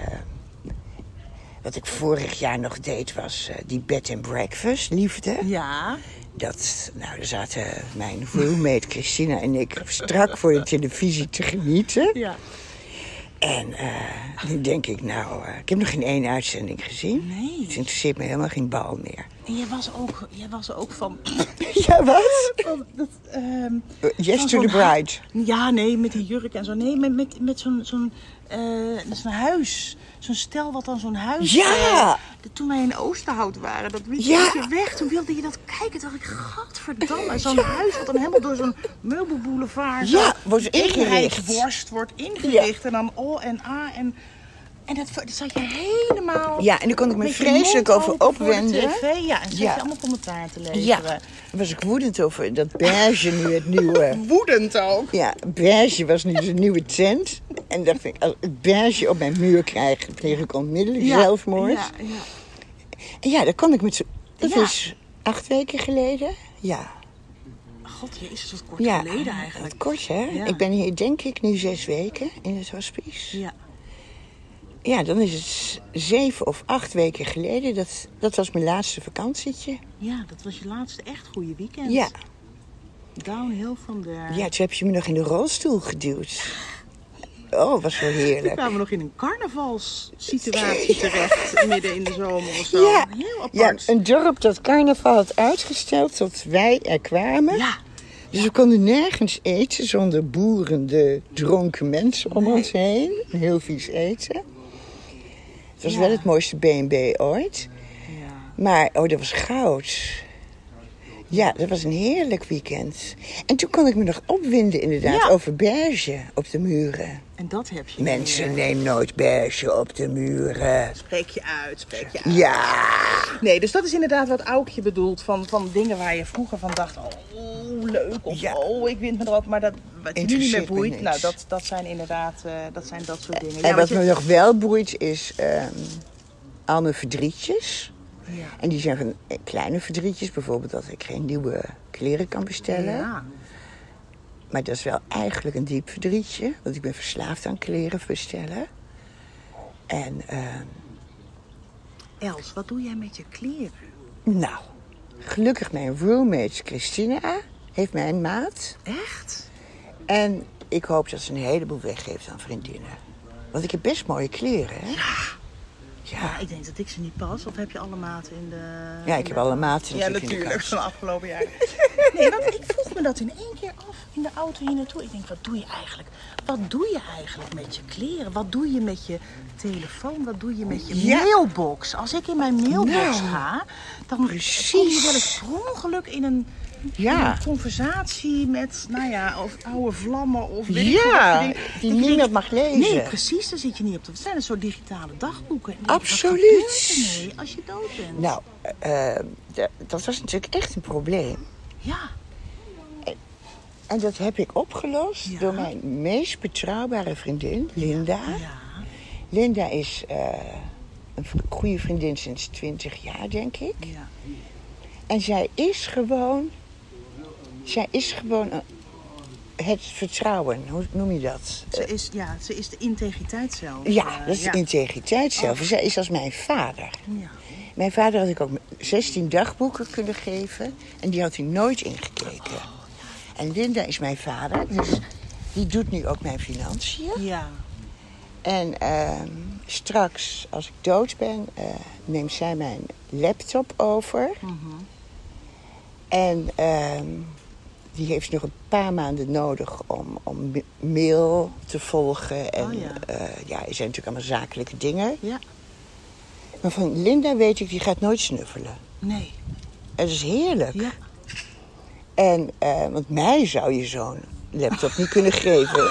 wat ik vorig jaar nog deed was uh, die bed and breakfast, liefde. Ja. Dat, nou, daar zaten mijn roommate Christina en ik strak voor de televisie te genieten. Ja. En uh, nu denk ik, nou, uh, ik heb nog geen één uitzending gezien. Nee. Het interesseert me helemaal geen bal meer. En jij was ook, jij was ook van... Ja, wat? van dat, ehm, Uh, yes van to zo'n the bride. hu- Ja, nee, met die jurk en zo. Nee, met, met, met zo'n zo'n uh, zo'n huis. Zo'n stel wat dan zo'n huis... Ja! Uh, de, toen wij in Oosterhout waren, dat liep Ja! je weg. Toen wilde je dat kijken. Toen dacht ik, gadverdamme. Zo'n huis wat dan helemaal door zo'n meubelboulevard... Ja, zo wordt ingericht. eenheidsworst wordt ingericht. En dan O en A en... En dat, dat zat je helemaal... Ja, en daar kon ik me met je vreselijk mond over open voor de opwenden. T V. Ja, en zat Ja. je allemaal commentaar te leveren. Ja, daar was ik woedend over dat beige nu het nieuwe... Woedend ook. Ja, beige was nu de nieuwe trend. En dacht ik, als ik beige op mijn muur krijg, pleeg ik onmiddellijk Ja, zelfmoord. Ja, ja. En ja, dat kon ik met zo... Dat Ja. is acht weken geleden. Ja. God, jezus, wat kort Ja, geleden eigenlijk. wat kort hè. Ja. Ik ben hier denk ik nu zes weken in het hospice. Ja. Ja, dan is het zeven of acht weken geleden. Dat, dat was mijn laatste vakantietje. ja, dat was je laatste echt goede weekend. Ja. Downhill from there. Ja, toen heb je me nog in de rolstoel geduwd. Oh, was wel Toen heerlijk. kwamen we nog in een carnavalssituatie terecht, midden in de zomer of zo. Ja, Heel ja, apart. een dorp dat carnaval had uitgesteld tot wij er kwamen. Ja. Dus we konden nergens eten zonder boerende, dronken mensen om Nee. ons heen. Heel vies eten. Het was Ja. wel het mooiste B en B ooit. Ja. Maar, oh, dat was goud. Ja, dat was een heerlijk weekend. En toen kon ik me nog opwinden inderdaad Ja. over beige op de muren. En dat heb je. Mensen, niet. neem nooit beige op de muren. Spreek je uit, spreek je uit. Ja. Nee, dus dat is inderdaad wat Aukje bedoelt. Van, van dingen waar je vroeger van dacht, oh, leuk. Of Ja. oh, ik wind me erop. Maar dat, wat je nu niet meer Interesseert me boeit, niks. nou, dat, dat zijn inderdaad uh, dat, zijn dat soort dingen. En Ja, wat want me je- nog wel boeit is ehm, al mijn verdrietjes. Ja. En die zijn van eh, kleine verdrietjes. Bijvoorbeeld dat ik geen nieuwe kleren kan bestellen. Ja. Maar dat is wel eigenlijk een diep verdrietje. Want ik ben verslaafd aan kleren bestellen. En ehm, Els, wat doe jij met je kleren? nou, gelukkig mijn roommate Christina heeft mij een maat. Echt? En ik hoop dat ze een heleboel weggeeft aan vriendinnen. Want ik heb best mooie kleren, hè? Ja. Ja, ik denk dat ik ze niet pas. Of heb je alle maten in de... Ja, ik heb alle maten Ja, natuurlijk in de natuurlijk, kast. van de afgelopen jaren. Nee, want ik vroeg me dat in één keer af in de auto hier naartoe. Ik denk, wat doe je eigenlijk? Wat doe je eigenlijk met je kleren? Wat doe je met je telefoon? Wat doe je met je Ja. mailbox? Als ik in mijn mailbox Nou, ga, dan precies. kom je wel eens per ongeluk in een, Ja. in een conversatie met, nou ja, of oude vlammen of weet ik Ja, veel wat voor dingen. die Ik niemand denk, mag lezen. Nee, precies, daar zit je niet op. Het zijn een soort digitale dagboeken. En ik denk, Absoluut. Wat gebeurt er mee als je dood bent? Nou, eh, d- dat was natuurlijk echt een probleem. Ja. En dat heb ik opgelost Ja. door mijn meest betrouwbare vriendin, Linda. Ja. Linda is eh, een v- goede vriendin sinds twintig jaar, denk ik. Ja. En zij is gewoon... Zij is gewoon een- het vertrouwen, hoe noem je dat? Ze is, ja, ze is de integriteit zelf. Ja, Eh, dat is ja. de integriteit zelf. Zij is als mijn vader. Ja. Mijn vader had ik ook zestien dagboeken kunnen geven. En die had hij nooit ingekeken. En Linda is mijn vader. Dus die doet nu ook mijn financiën. Ja. En ehm, straks, als ik dood ben, eh, neemt zij mijn laptop over. Mhm. En ehm, die heeft nog een paar maanden nodig om, om ma- mail te volgen. En Oh ja. eh, ja, er zijn natuurlijk allemaal zakelijke dingen. Ja. Maar van Linda weet ik, die gaat nooit snuffelen. Nee. Het is heerlijk. Ja. En, eh, want mij zou je zo'n laptop niet kunnen geven.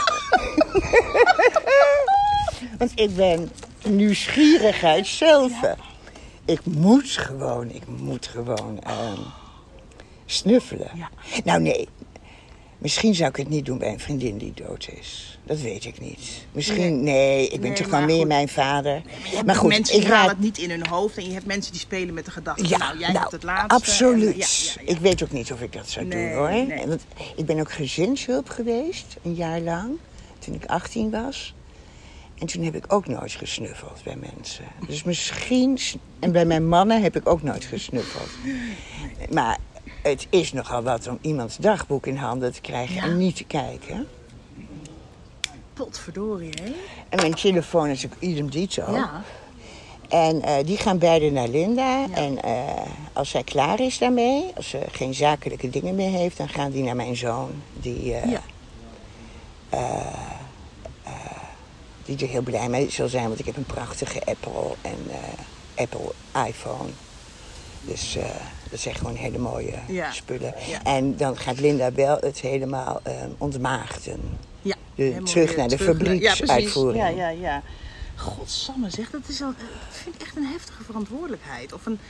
Want ik ben nieuwsgierigheid zelf. Ik moet gewoon, ik moet gewoon ehm, snuffelen. Ja. Nou nee, misschien zou ik het niet doen bij een vriendin die dood is. Dat weet ik niet. Misschien, nee, ik ben Nee, toch maar wel meer goed. mijn vader. Je hebt maar goed, mensen ik die halen raad... het niet in hun hoofd. En je hebt mensen die spelen met de gedachte. Ja, nou, jij nou, hebt het laatste. absoluut. En, ja, ja, ja. Ik weet ook niet of ik dat zou Nee, doen, hoor. nee. Want ik ben ook gezinshulp geweest, een jaar lang, toen ik achttien was. En toen heb ik ook nooit gesnuffeld bij mensen. Dus misschien... s- En bij mijn mannen heb ik ook nooit gesnuffeld. Maar het is nogal wat om iemands dagboek in handen te krijgen Ja. en niet te kijken. Potverdorie, hè? En mijn telefoon is ook idem dito. Ja. En eh, die gaan beide naar Linda. En eh, als zij klaar is daarmee, als ze geen zakelijke dingen meer heeft, dan gaan die naar mijn zoon. Die, eh, Ja. die er heel blij mee zal zijn, want ik heb een prachtige Apple en eh, Apple iPhone. Dus eh, dat zijn gewoon hele mooie Ja. spullen. Ja. En dan gaat Linda wel het helemaal eh, ontmaagden. Ja. De- Helemaal terug weer naar de terug naar- fabrieksuitvoering. Ja, precies. Ja, ja, ja. Godsamme zeg, dat, is al, dat vind ik echt een heftige verantwoordelijkheid. Of een...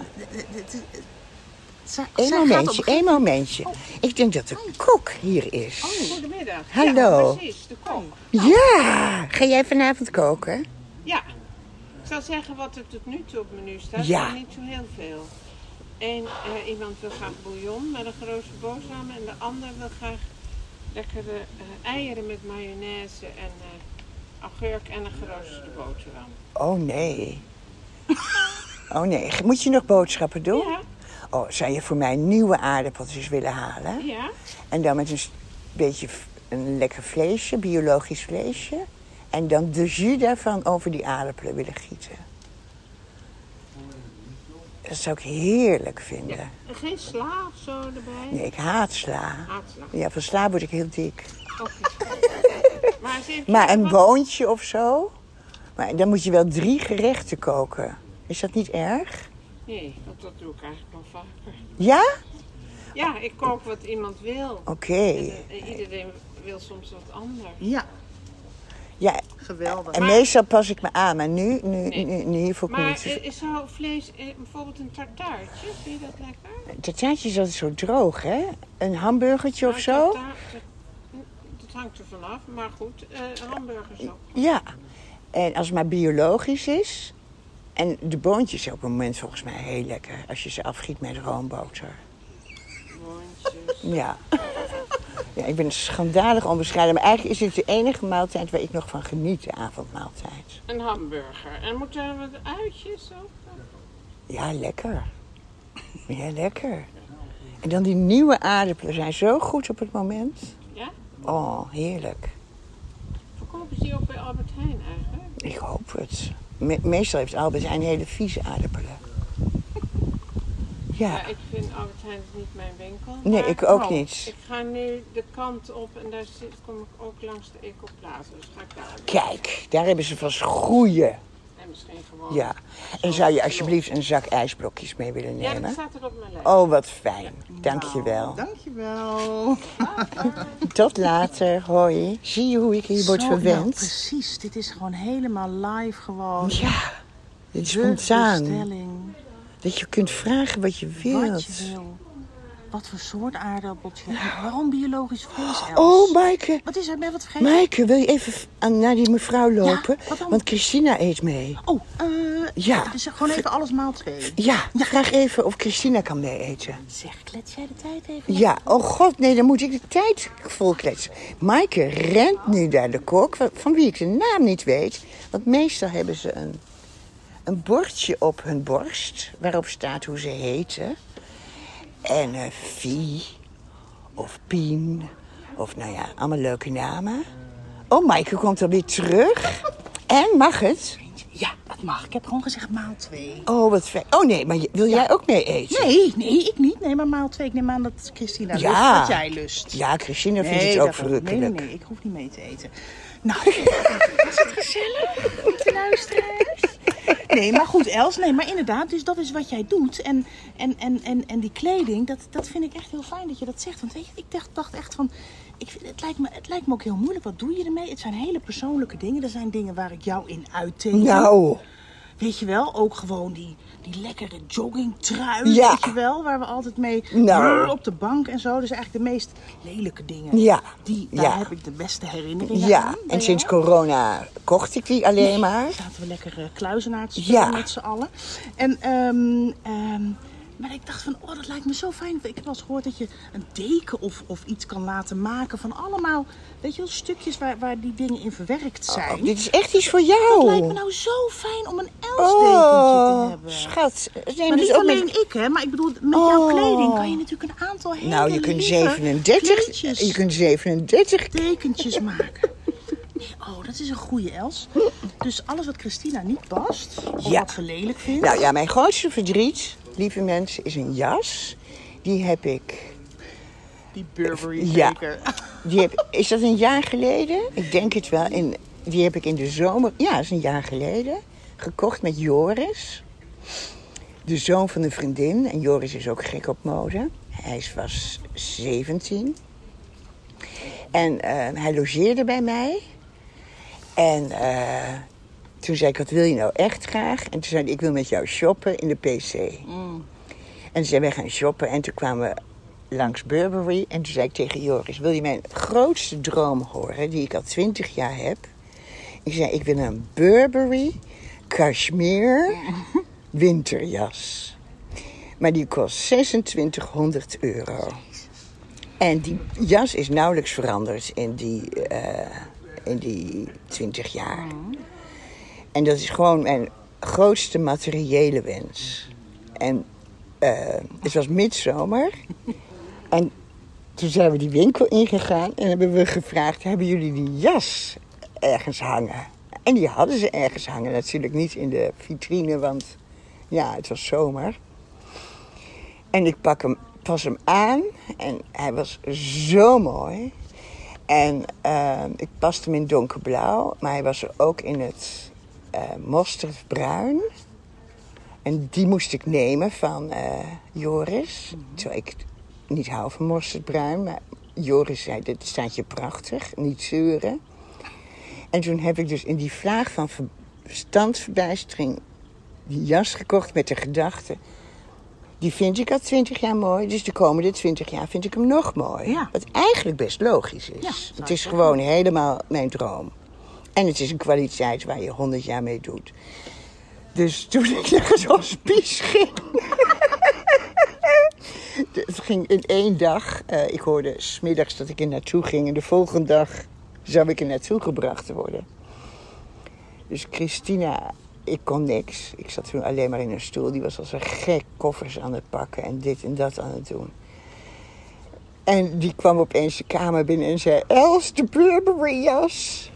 Eén momentje, één momentje. Oh. Ik denk dat de kok hier is. Oh, goedemiddag. Hallo. Ja, precies, de kok. Ja, ga jij vanavond koken? Ja. Ik zal zeggen wat er tot nu toe op het menu staat, ja. maar niet zo heel veel. Eén, uh, iemand wil graag bouillon met een geroosterde boterham en de ander wil graag lekkere uh, eieren met mayonaise en uh, augurk en een geroosterde boterham. Oh nee. Oh nee, moet je nog boodschappen doen? Ja. Oh, zou je voor mij nieuwe aardappeltjes willen halen? Ja. En dan met een beetje een lekker vleesje, biologisch vleesje. En dan de jus daarvan over die aardappelen willen gieten. Dat zou ik heerlijk vinden. Ja. En geen sla of zo erbij? Nee, ik haat sla. Haat sla. Ja, van sla word ik heel dik. Okay. maar, maar een boontje of zo? Maar dan moet je wel drie gerechten koken. Is dat niet erg? Nee, want dat doe ik eigenlijk wel vaker. Ja? Ja, ik kook wat iemand wil. Oké. Okay. En, en iedereen wil soms wat anders. Ja. Ja, geweldig. En maar, meestal pas ik me aan, maar nu, nu, nee. nu, nu hiervoor maar niet. Maar is zo vlees, bijvoorbeeld een tartaartje, vind je dat lekker? Een tartaartje is altijd zo droog, hè? Een hamburgertje nou, of zo? Tartaar, dat hangt er vanaf, maar goed, uh, hamburgers ook. Ja, en als het maar biologisch is. En de boontjes zijn op het moment volgens mij heel lekker. Als je ze afgiet met roomboter. Boontjes. Ja. Ja, ik ben schandalig onbescheiden. Maar eigenlijk is dit de enige maaltijd waar ik nog van geniet, de avondmaaltijd. Een hamburger. En moeten er wat uitjes ook? Ja, lekker. Ja, lekker. En dan die nieuwe aardappelen zijn zo goed op het moment. Ja? Oh, heerlijk. Verkopen ze die ook bij Albert Heijn eigenlijk? Ik hoop het. Me- meestal heeft Albert Heijn hele vieze aardappelen. Ja. Ja, ik vind Albert Heijn niet mijn winkel. Nee, maar, ik ook oh, niet. Ik ga nu de kant op en daar zit, kom ik ook langs de Ecoplaza. Dus ga ik daar. Kijk, daar hebben ze vast goeie. En misschien gewoon. Ja. En zou je alsjeblieft een zak ijsblokjes mee willen nemen? Ja, dat staat er op mijn lijst. Oh, wat fijn. Dank je wel. Nou, dank je wel. Tot later. Hoi. Zie je hoe ik hier word Zo, verwend? nou, precies. Dit is gewoon helemaal live gewoon. Ja. Dit is De spontaan. bestelling. Dat je kunt vragen wat je wilt. Wat je wil. Wat voor soort aardappeltje. Ja. Waarom biologisch vlees, Els? Oh, Maaike. Wat is er met wat vergeten? Maaike, wil je even aan, naar die mevrouw lopen? Ja, wat dan? Want Christina eet mee. Oh, eh... Ja. Dus gewoon even alles maal twee. Ja, vraag even of Christina kan mee eten. Zeg, klets jij de tijd even? Ja, oh god, nee, dan moet ik de tijd vol kletsen. Maaike rent nu naar de kok, van wie ik de naam niet weet. Want meestal hebben ze een, een bordje op hun borst, waarop staat hoe ze heten. En uh, Vie, of Pien, of nou ja, allemaal leuke namen. Oh, Maaike komt alweer terug. En, mag het? Ja, dat mag. Ik heb gewoon gezegd maal twee. Oh, wat fijn. Oh nee, maar wil jij ook mee eten? Nee, nee, ik niet. Nee, maar maal twee. Ik neem aan dat Christina lust, Ja. dat jij lust. Ja, Christina vindt Nee, het ook dat- verrukkelijk. Nee, nee, nee. Ik hoef niet mee te eten. Nou, was het gezellig om te luisteren? Nee, maar goed, Els. Nee, maar inderdaad. Dus dat is wat jij doet. En, en, en, en, en die kleding, dat, dat vind ik echt heel fijn dat je dat zegt. Want weet je, ik dacht, dacht echt van... Ik vind, het, lijkt me, het lijkt me ook heel moeilijk. Wat doe je ermee? Het zijn hele persoonlijke dingen. Er zijn dingen waar ik jou in uitteken. Nou, Weet je wel, ook gewoon die, die lekkere joggingtrui, Ja. weet je wel, waar we altijd mee Nou. brrr, op de bank en zo. Dus eigenlijk de meest lelijke dingen. Ja. Die, daar Ja. heb ik de beste herinneringen aan. ja. bij En sinds jou. corona kocht ik die alleen maar. Zaten we lekker uh, kluizenaar te spelen Ja. met z'n allen. En, ehm, ehm, maar ik dacht van, oh, dat lijkt me zo fijn. Ik heb wel eens gehoord dat je een deken of, of iets kan laten maken van allemaal, weet je wel, stukjes waar, waar die dingen in verwerkt zijn. Oh, dit is echt iets voor jou. Dat lijkt me nou zo fijn om een Els-dekentje te Oh, hebben. schat. Neem Maar dus niet ook alleen met... ik, hè, maar ik bedoel, met jouw Oh. kleding kan je natuurlijk een aantal hele Nou, je kunt lieve zevenendertig. kleedjes, Je kunt zevenendertig. tekentjes maken. Nee, oh, dat is een goeie, Els. Dus alles wat Christina niet past, of Ja. wat ze lelijk vindt. Nou ja, mijn grootste verdriet, lieve mensen, is een jas. Die heb ik... Die Burberry Ja. zeker. Die heb, is dat een jaar geleden? Ik denk het wel. In, die heb ik in de zomer... Ja, dat is een jaar geleden. Gekocht met Joris. De zoon van een vriendin. En Joris is ook gek op mode. Hij was zeventien. En uh, hij logeerde bij mij. En uh, toen zei ik, wat wil je nou echt graag? En toen zei hij, ik wil met jou shoppen in de P C. Mm. En toen zijn we gaan shoppen en toen kwamen we langs Burberry. En toen zei ik tegen Joris, wil je mijn grootste droom horen, die ik al twintig jaar heb? Ik zei, ik wil een Burberry cashmere winterjas. Maar die kost zesentwintighonderd euro. En die jas is nauwelijks veranderd in die, uh, in die twintig jaar. En dat is gewoon mijn grootste materiële wens. En uh, het was midzomer. En toen zijn we die winkel ingegaan en hebben we gevraagd, hebben jullie die jas ergens hangen? En die hadden ze ergens hangen. Natuurlijk niet in de vitrine, want ja, het was zomer. En ik pak hem, pas hem aan en hij was zo mooi. En uh, ik paste hem in donkerblauw, maar hij was er ook in het uh, mosterdbruin. En die moest ik nemen van uh, Joris. Mm-hmm. Terwijl ik niet hou van mosterdbruin, maar Joris zei, dit staat je prachtig, niet zeuren. En toen heb ik dus in die vlaag van verstandsverbijstering die jas gekocht met de gedachte, die vind ik al twintig jaar mooi, dus de komende twintig jaar vind ik hem nog mooi. Ja. Wat eigenlijk best logisch is. Ja, het is gewoon helemaal mijn droom. En het is een kwaliteit waar je honderd jaar mee doet. Dus toen ik naar het hospice ging, het ging in één dag. Uh, ik hoorde 's middags dat ik er naartoe ging en de volgende dag zou ik er naartoe gebracht worden. Dus Christina, ik kon niks. Ik zat toen alleen maar in een stoel. Die was als een gek koffers aan het pakken en dit en dat aan het doen. En die kwam opeens de kamer binnen en zei, Els, de Burberry jas.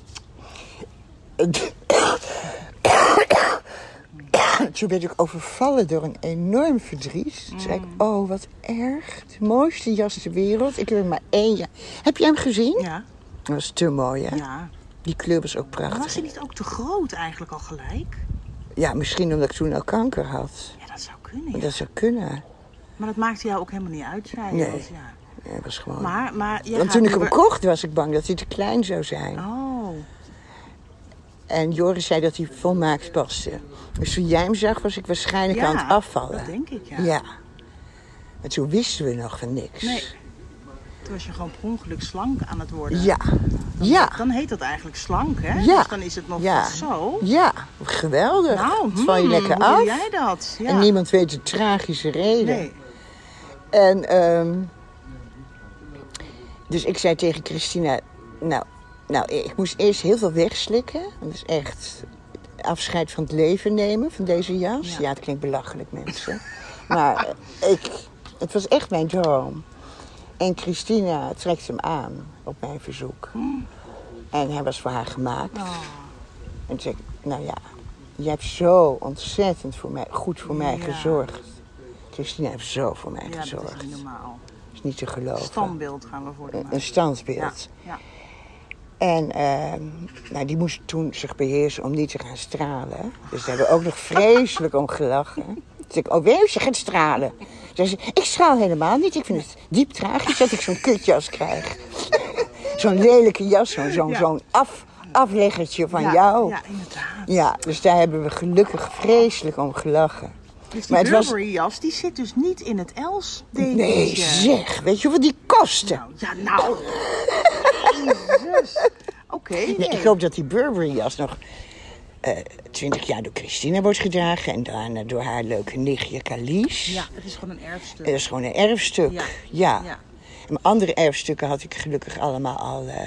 Toen werd ik overvallen door een enorm verdriet. Toen zei ik, oh wat erg. De mooiste jas ter wereld. Ik heb er maar één jaar. Heb je hem gezien? Ja. Dat was te mooi, hè? Ja. Die kleur was ook prachtig. Maar was hij niet ook te groot eigenlijk al gelijk? Ja, misschien omdat ik toen al kanker had. Ja, dat zou kunnen. Ja. Dat zou kunnen. Maar dat maakte jou ook helemaal niet uit, zei je. Nee. Want, ja. Ja, dat was gewoon... Maar, maar jij Want gaat toen ik nu hem weer- kocht, was ik bang dat hij te klein zou zijn. Oh. En Joris zei dat hij volmaakt paste. Dus toen jij hem zag, was ik waarschijnlijk Ja, aan het afvallen. dat denk ik, ja. Ja. Maar toen wisten we nog van niks. Nee. Toen was je gewoon per ongeluk slank aan het worden. Ja. Ja. Dan heet dat eigenlijk slank, hè? Ja. Dus dan is het nog Ja. zo. Ja, geweldig. Nou, Het val je hmm, lekker hoe af. doe jij dat? Ja. En niemand weet de tragische reden. Nee. En um, dus ik zei tegen Christina, nou, nou, ik moest eerst heel veel wegslikken. Want dat is echt afscheid van het leven nemen van deze jas. Ja. Ja, het klinkt belachelijk, mensen. Maar uh, ik, het was echt mijn droom. En Christina trekt hem aan op mijn verzoek. En hij was voor haar gemaakt. Oh. En toen zei ik, nou ja, je hebt zo ontzettend voor mij, goed voor mij Ja. gezorgd. Christina heeft zo voor mij Ja, dat gezorgd. is niet normaal. Dat is niet te geloven. Standbeeld gaan we voor de Een, maken. een standbeeld. Ja. Ja. En uh, nou, die moest toen zich beheersen om niet te gaan stralen. Dus daar hebben we ook nog vreselijk om gelachen. Toen zei ik, oh wees, je gaat stralen. Zei ze, ik straal helemaal niet. Ik vind het diep tragisch dat ik zo'n kutjas krijg. Zo'n lelijke jas, zo'n zo'n Ja. zo'n af, afleggertje van Ja, jou. Ja, inderdaad. Ja, dus daar hebben we gelukkig vreselijk om gelachen. Dus die Maar het was- Burberry jas, die zit dus niet in het Els-dekentje. Nee, zeg, weet je hoeveel die kosten? Nou, ja, nou. Jezus. Oké, nee. Nee, ik hoop dat die Burberry-jas nog twintig jaar door Christina wordt gedragen. En daarna door haar leuke nichtje Calice. Ja, het is gewoon een erfstuk. En dat is gewoon een erfstuk. Ja. Ja. Ja. En mijn andere erfstukken had ik gelukkig allemaal al uh,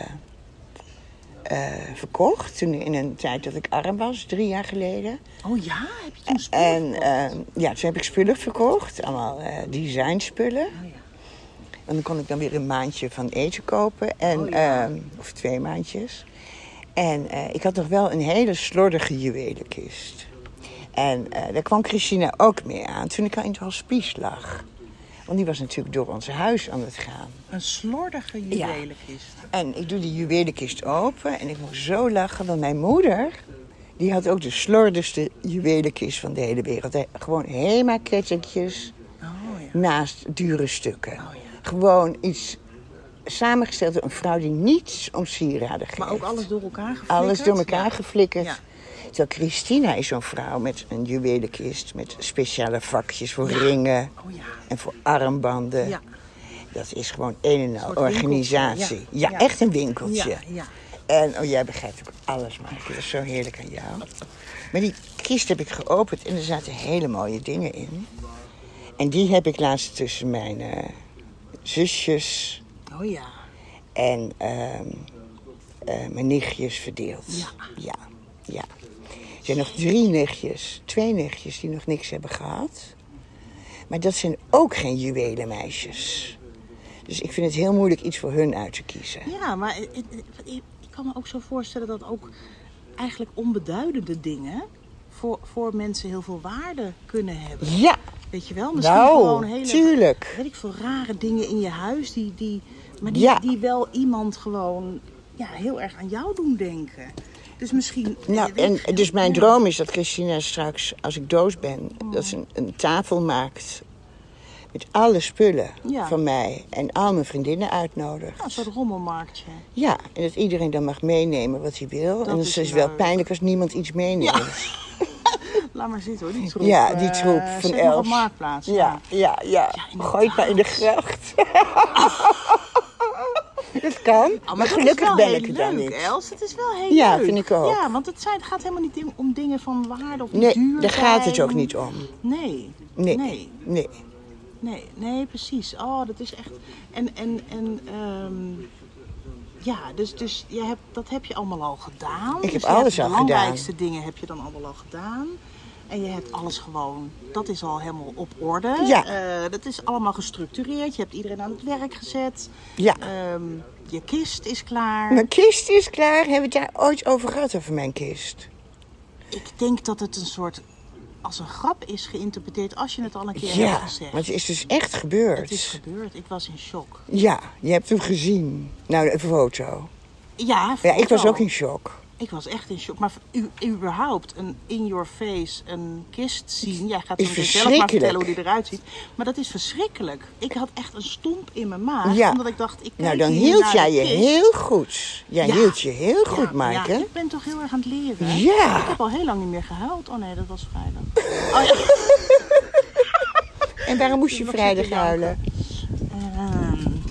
uh, verkocht. Toen in een tijd dat ik arm was, drie jaar geleden. Oh ja, heb je toen spullen En verkocht? uh, ja, toen heb ik spullen verkocht. Allemaal uh, designspullen. Oh, ja. En dan kon ik dan weer een maandje van eten kopen. En, Oh, ja. uh, of twee maandjes. En uh, ik had nog wel een hele slordige juwelenkist. En uh, daar kwam Christina ook mee aan toen ik al in het hospice lag. Want die was natuurlijk door ons huis aan het gaan. Een slordige juwelenkist. En ik doe die juwelenkist open en ik moest zo lachen. Want mijn moeder, die had ook de slordigste juwelenkist van de hele wereld. Hè. Gewoon Hema-kettingjes Oh ja. naast dure stukken. Oh, ja. Gewoon iets samengesteld door een vrouw die niets om sieraden geeft. Maar ook alles door elkaar geflikkerd? Alles door elkaar Ja. geflikkerd. Ja. Terwijl Christina is zo'n vrouw met een juwelenkist... met speciale vakjes voor ja. ringen oh, ja. en voor armbanden. Ja. Dat is gewoon een en al organisatie. Ja. Ja, ja, echt een winkeltje. Ja, ja. En oh, jij begrijpt ook alles, Maaike. Dat is zo heerlijk aan jou. Maar die kist heb ik geopend en er zaten hele mooie dingen in. En die heb ik laatst tussen mijn uh, zusjes... Oh ja. En uh, uh, mijn nichtjes verdeeld. Ja. Ja, ja. Er zijn nog drie nichtjes, twee nichtjes die nog niks hebben gehad. Maar dat zijn ook geen juwelenmeisjes. Dus ik vind het heel moeilijk iets voor hun uit te kiezen. Ja, maar ik, ik kan me ook zo voorstellen dat ook eigenlijk onbeduidende dingen... voor, voor mensen heel veel waarde kunnen hebben. Ja. Weet je wel? Misschien nou, gewoon hele... tuurlijk. Weet ik veel, rare dingen in je huis die... die maar die, ja. die wel iemand gewoon ja, heel erg aan jou doen denken. Dus misschien... Nou, en dus mijn ja. droom is dat Christina straks, als ik dood ben... Oh. dat ze een, een tafel maakt met alle spullen ja. van mij... en al mijn vriendinnen uitnodigt. Ja, een soort rommelmarktje. Ja, en dat iedereen dan mag meenemen wat hij wil. Dat en het is, is wel pijnlijk als niemand iets meeneemt. Ja. Laat maar zitten hoor, die troep. Ja, die troep uh, van Els. Op Marktplaats. Ja, ja, ja. ja. ja gooi het maar in de gracht. Dat kan, oh, maar, maar gelukkig ben ik er dan niet. Els, het is wel heel ja, leuk. Vind ik ook. Ja, want het, zijn, het gaat helemaal niet om dingen van waarde of nee, duur. Daar gaat het ook niet om. Nee. Nee. Nee. Nee, nee, nee precies. Oh, dat is echt... En, en, en um, ja, dus, dus je hebt, dat heb je allemaal al gedaan. Ik dus heb alles al gedaan. De belangrijkste dingen heb je dan allemaal al gedaan. En je hebt alles gewoon, dat is al helemaal op orde. Ja. Uh, dat is allemaal gestructureerd. Je hebt iedereen aan het werk gezet. Ja. Um, je kist is klaar. Mijn kist is klaar. Hebben we het daar ooit over gehad, over mijn kist? Ik denk dat het een soort, als een grap is geïnterpreteerd als je het al een keer ja, hebt gezegd. Ja, maar het is dus echt gebeurd. Het is gebeurd. Ik was in shock. Ja, je hebt hem gezien. Nou, een foto. Ja, ja, ik was ook in shock. Ik was echt in shock. Maar u, überhaupt een in your face een kist zien. Jij gaat zo zelf maar vertellen hoe die eruit ziet. Maar dat is verschrikkelijk. Ik had echt een stomp in mijn maag. Ja. Omdat ik dacht, ik kijk nou, dan hier hield naar jij de je kist. heel goed. Jij ja. hield je heel goed, ja, Maaike. Ja, ik ben toch heel erg aan het leren. Ja. Ik heb al heel lang niet meer gehuild. Oh nee, dat was vrijdag. Oh, ja. En waarom moest je vrijdag huilen? Um,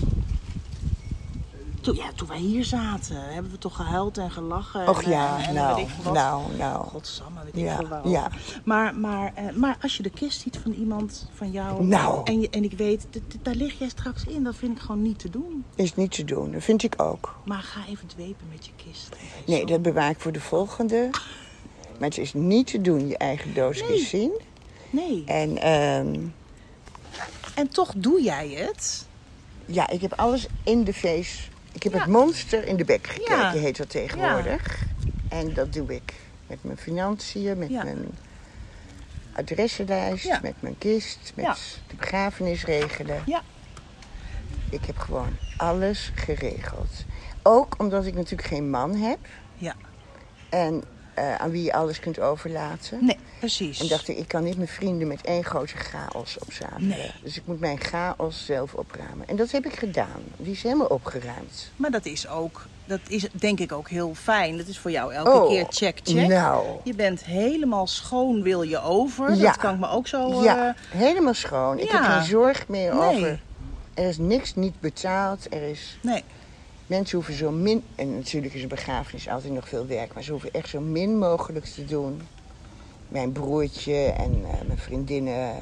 Toen, ja, toen wij hier zaten, hebben we toch gehuild en gelachen. Och en, ja, en, nou, weet ik veel wat. nou, nou. Godsamme, weet ja, ik veel waarom. Ja. Maar, maar, uh, maar als je de kist ziet van iemand, van jou, nou. en, je, en ik weet, d- d- daar lig jij straks in, dat vind ik gewoon niet te doen. Is niet te doen, dat vind ik ook. Maar ga even dwepen met je kist. Nee, zo. dat bewaar ik voor de volgende. Maar het is niet te doen, je eigen doodskist nee. zien. Nee. En, um, en toch doe jij het. Ja, ik heb alles in de face. Ik heb ja. het monster in de bek gekeken, ja. heet dat tegenwoordig. Ja. En dat doe ik met mijn financiën, met ja. mijn adressenlijst, ja. met mijn kist, met ja. de begrafenis regelen. Ja. Ik heb gewoon alles geregeld. Ook omdat ik natuurlijk geen man heb. Ja. En uh, aan wie je alles kunt overlaten. Nee, precies. En dacht ik, ik kan niet mijn vrienden met één grote chaos opzadelen. Nee. Dus ik moet mijn chaos zelf opruimen. En dat heb ik gedaan. Die is helemaal opgeruimd. Maar dat is ook, dat is denk ik ook heel fijn. Dat is voor jou elke oh, keer check, check. Nou. Je bent helemaal schoon, wil je over. Ja. Dat kan ik me ook zo... Ja, uh... helemaal schoon. Ja. Ik heb geen zorg meer nee. over. Er is niks niet betaald. Er is... Nee. Mensen hoeven zo min... En natuurlijk is een begrafenis altijd nog veel werk. Maar ze hoeven echt zo min mogelijk te doen. Mijn broertje en uh, mijn vriendinnen...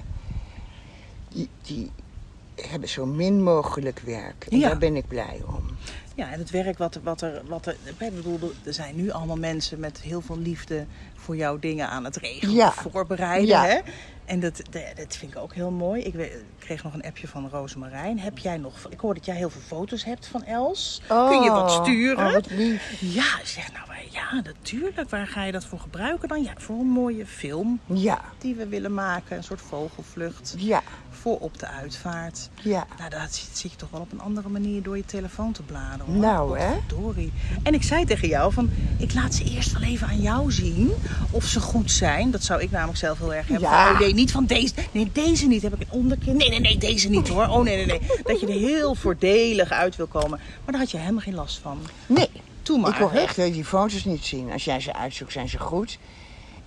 Die, die hebben zo min mogelijk werk. En ja. daar ben ik blij om. Ja, en het werk wat, wat er... Wat er ik bedoel, er zijn nu allemaal mensen met heel veel liefde... voor jouw dingen aan het regelen, ja. voorbereiden. Ja. Hè? En dat, dat vind ik ook heel mooi. Ik, weet, ik kreeg nog een appje van Rosemarijn. Heb jij nog... Ik hoor dat jij heel veel foto's hebt van Els. Oh, kun je wat sturen? Oh, wat lief. Ja, ik zeg nou, ja, natuurlijk. Waar ga je dat voor gebruiken dan? Ja, voor een mooie film. Ja. Die we willen maken. Een soort vogelvlucht. Ja. Voor op de uitvaart. Ja. Nou, daar zit, zit je toch wel op een andere manier door je telefoon te bladeren. Hoor. Nou, hè? Verdorie. En ik zei tegen jou van, ik laat ze eerst wel even aan jou zien. Of ze goed zijn. Dat zou ik namelijk zelf heel erg hebben. Ja. Oh nee, niet van deze. Nee, deze niet. Heb ik een onderkin. Nee, nee, nee, deze niet hoor. Oh nee, nee, nee. Dat je er heel voordelig uit wil komen. Maar daar had je helemaal geen last van. Nee. Doe maar. Ik wil echt die foto's niet zien. Als jij ze uitzoekt, zijn ze goed.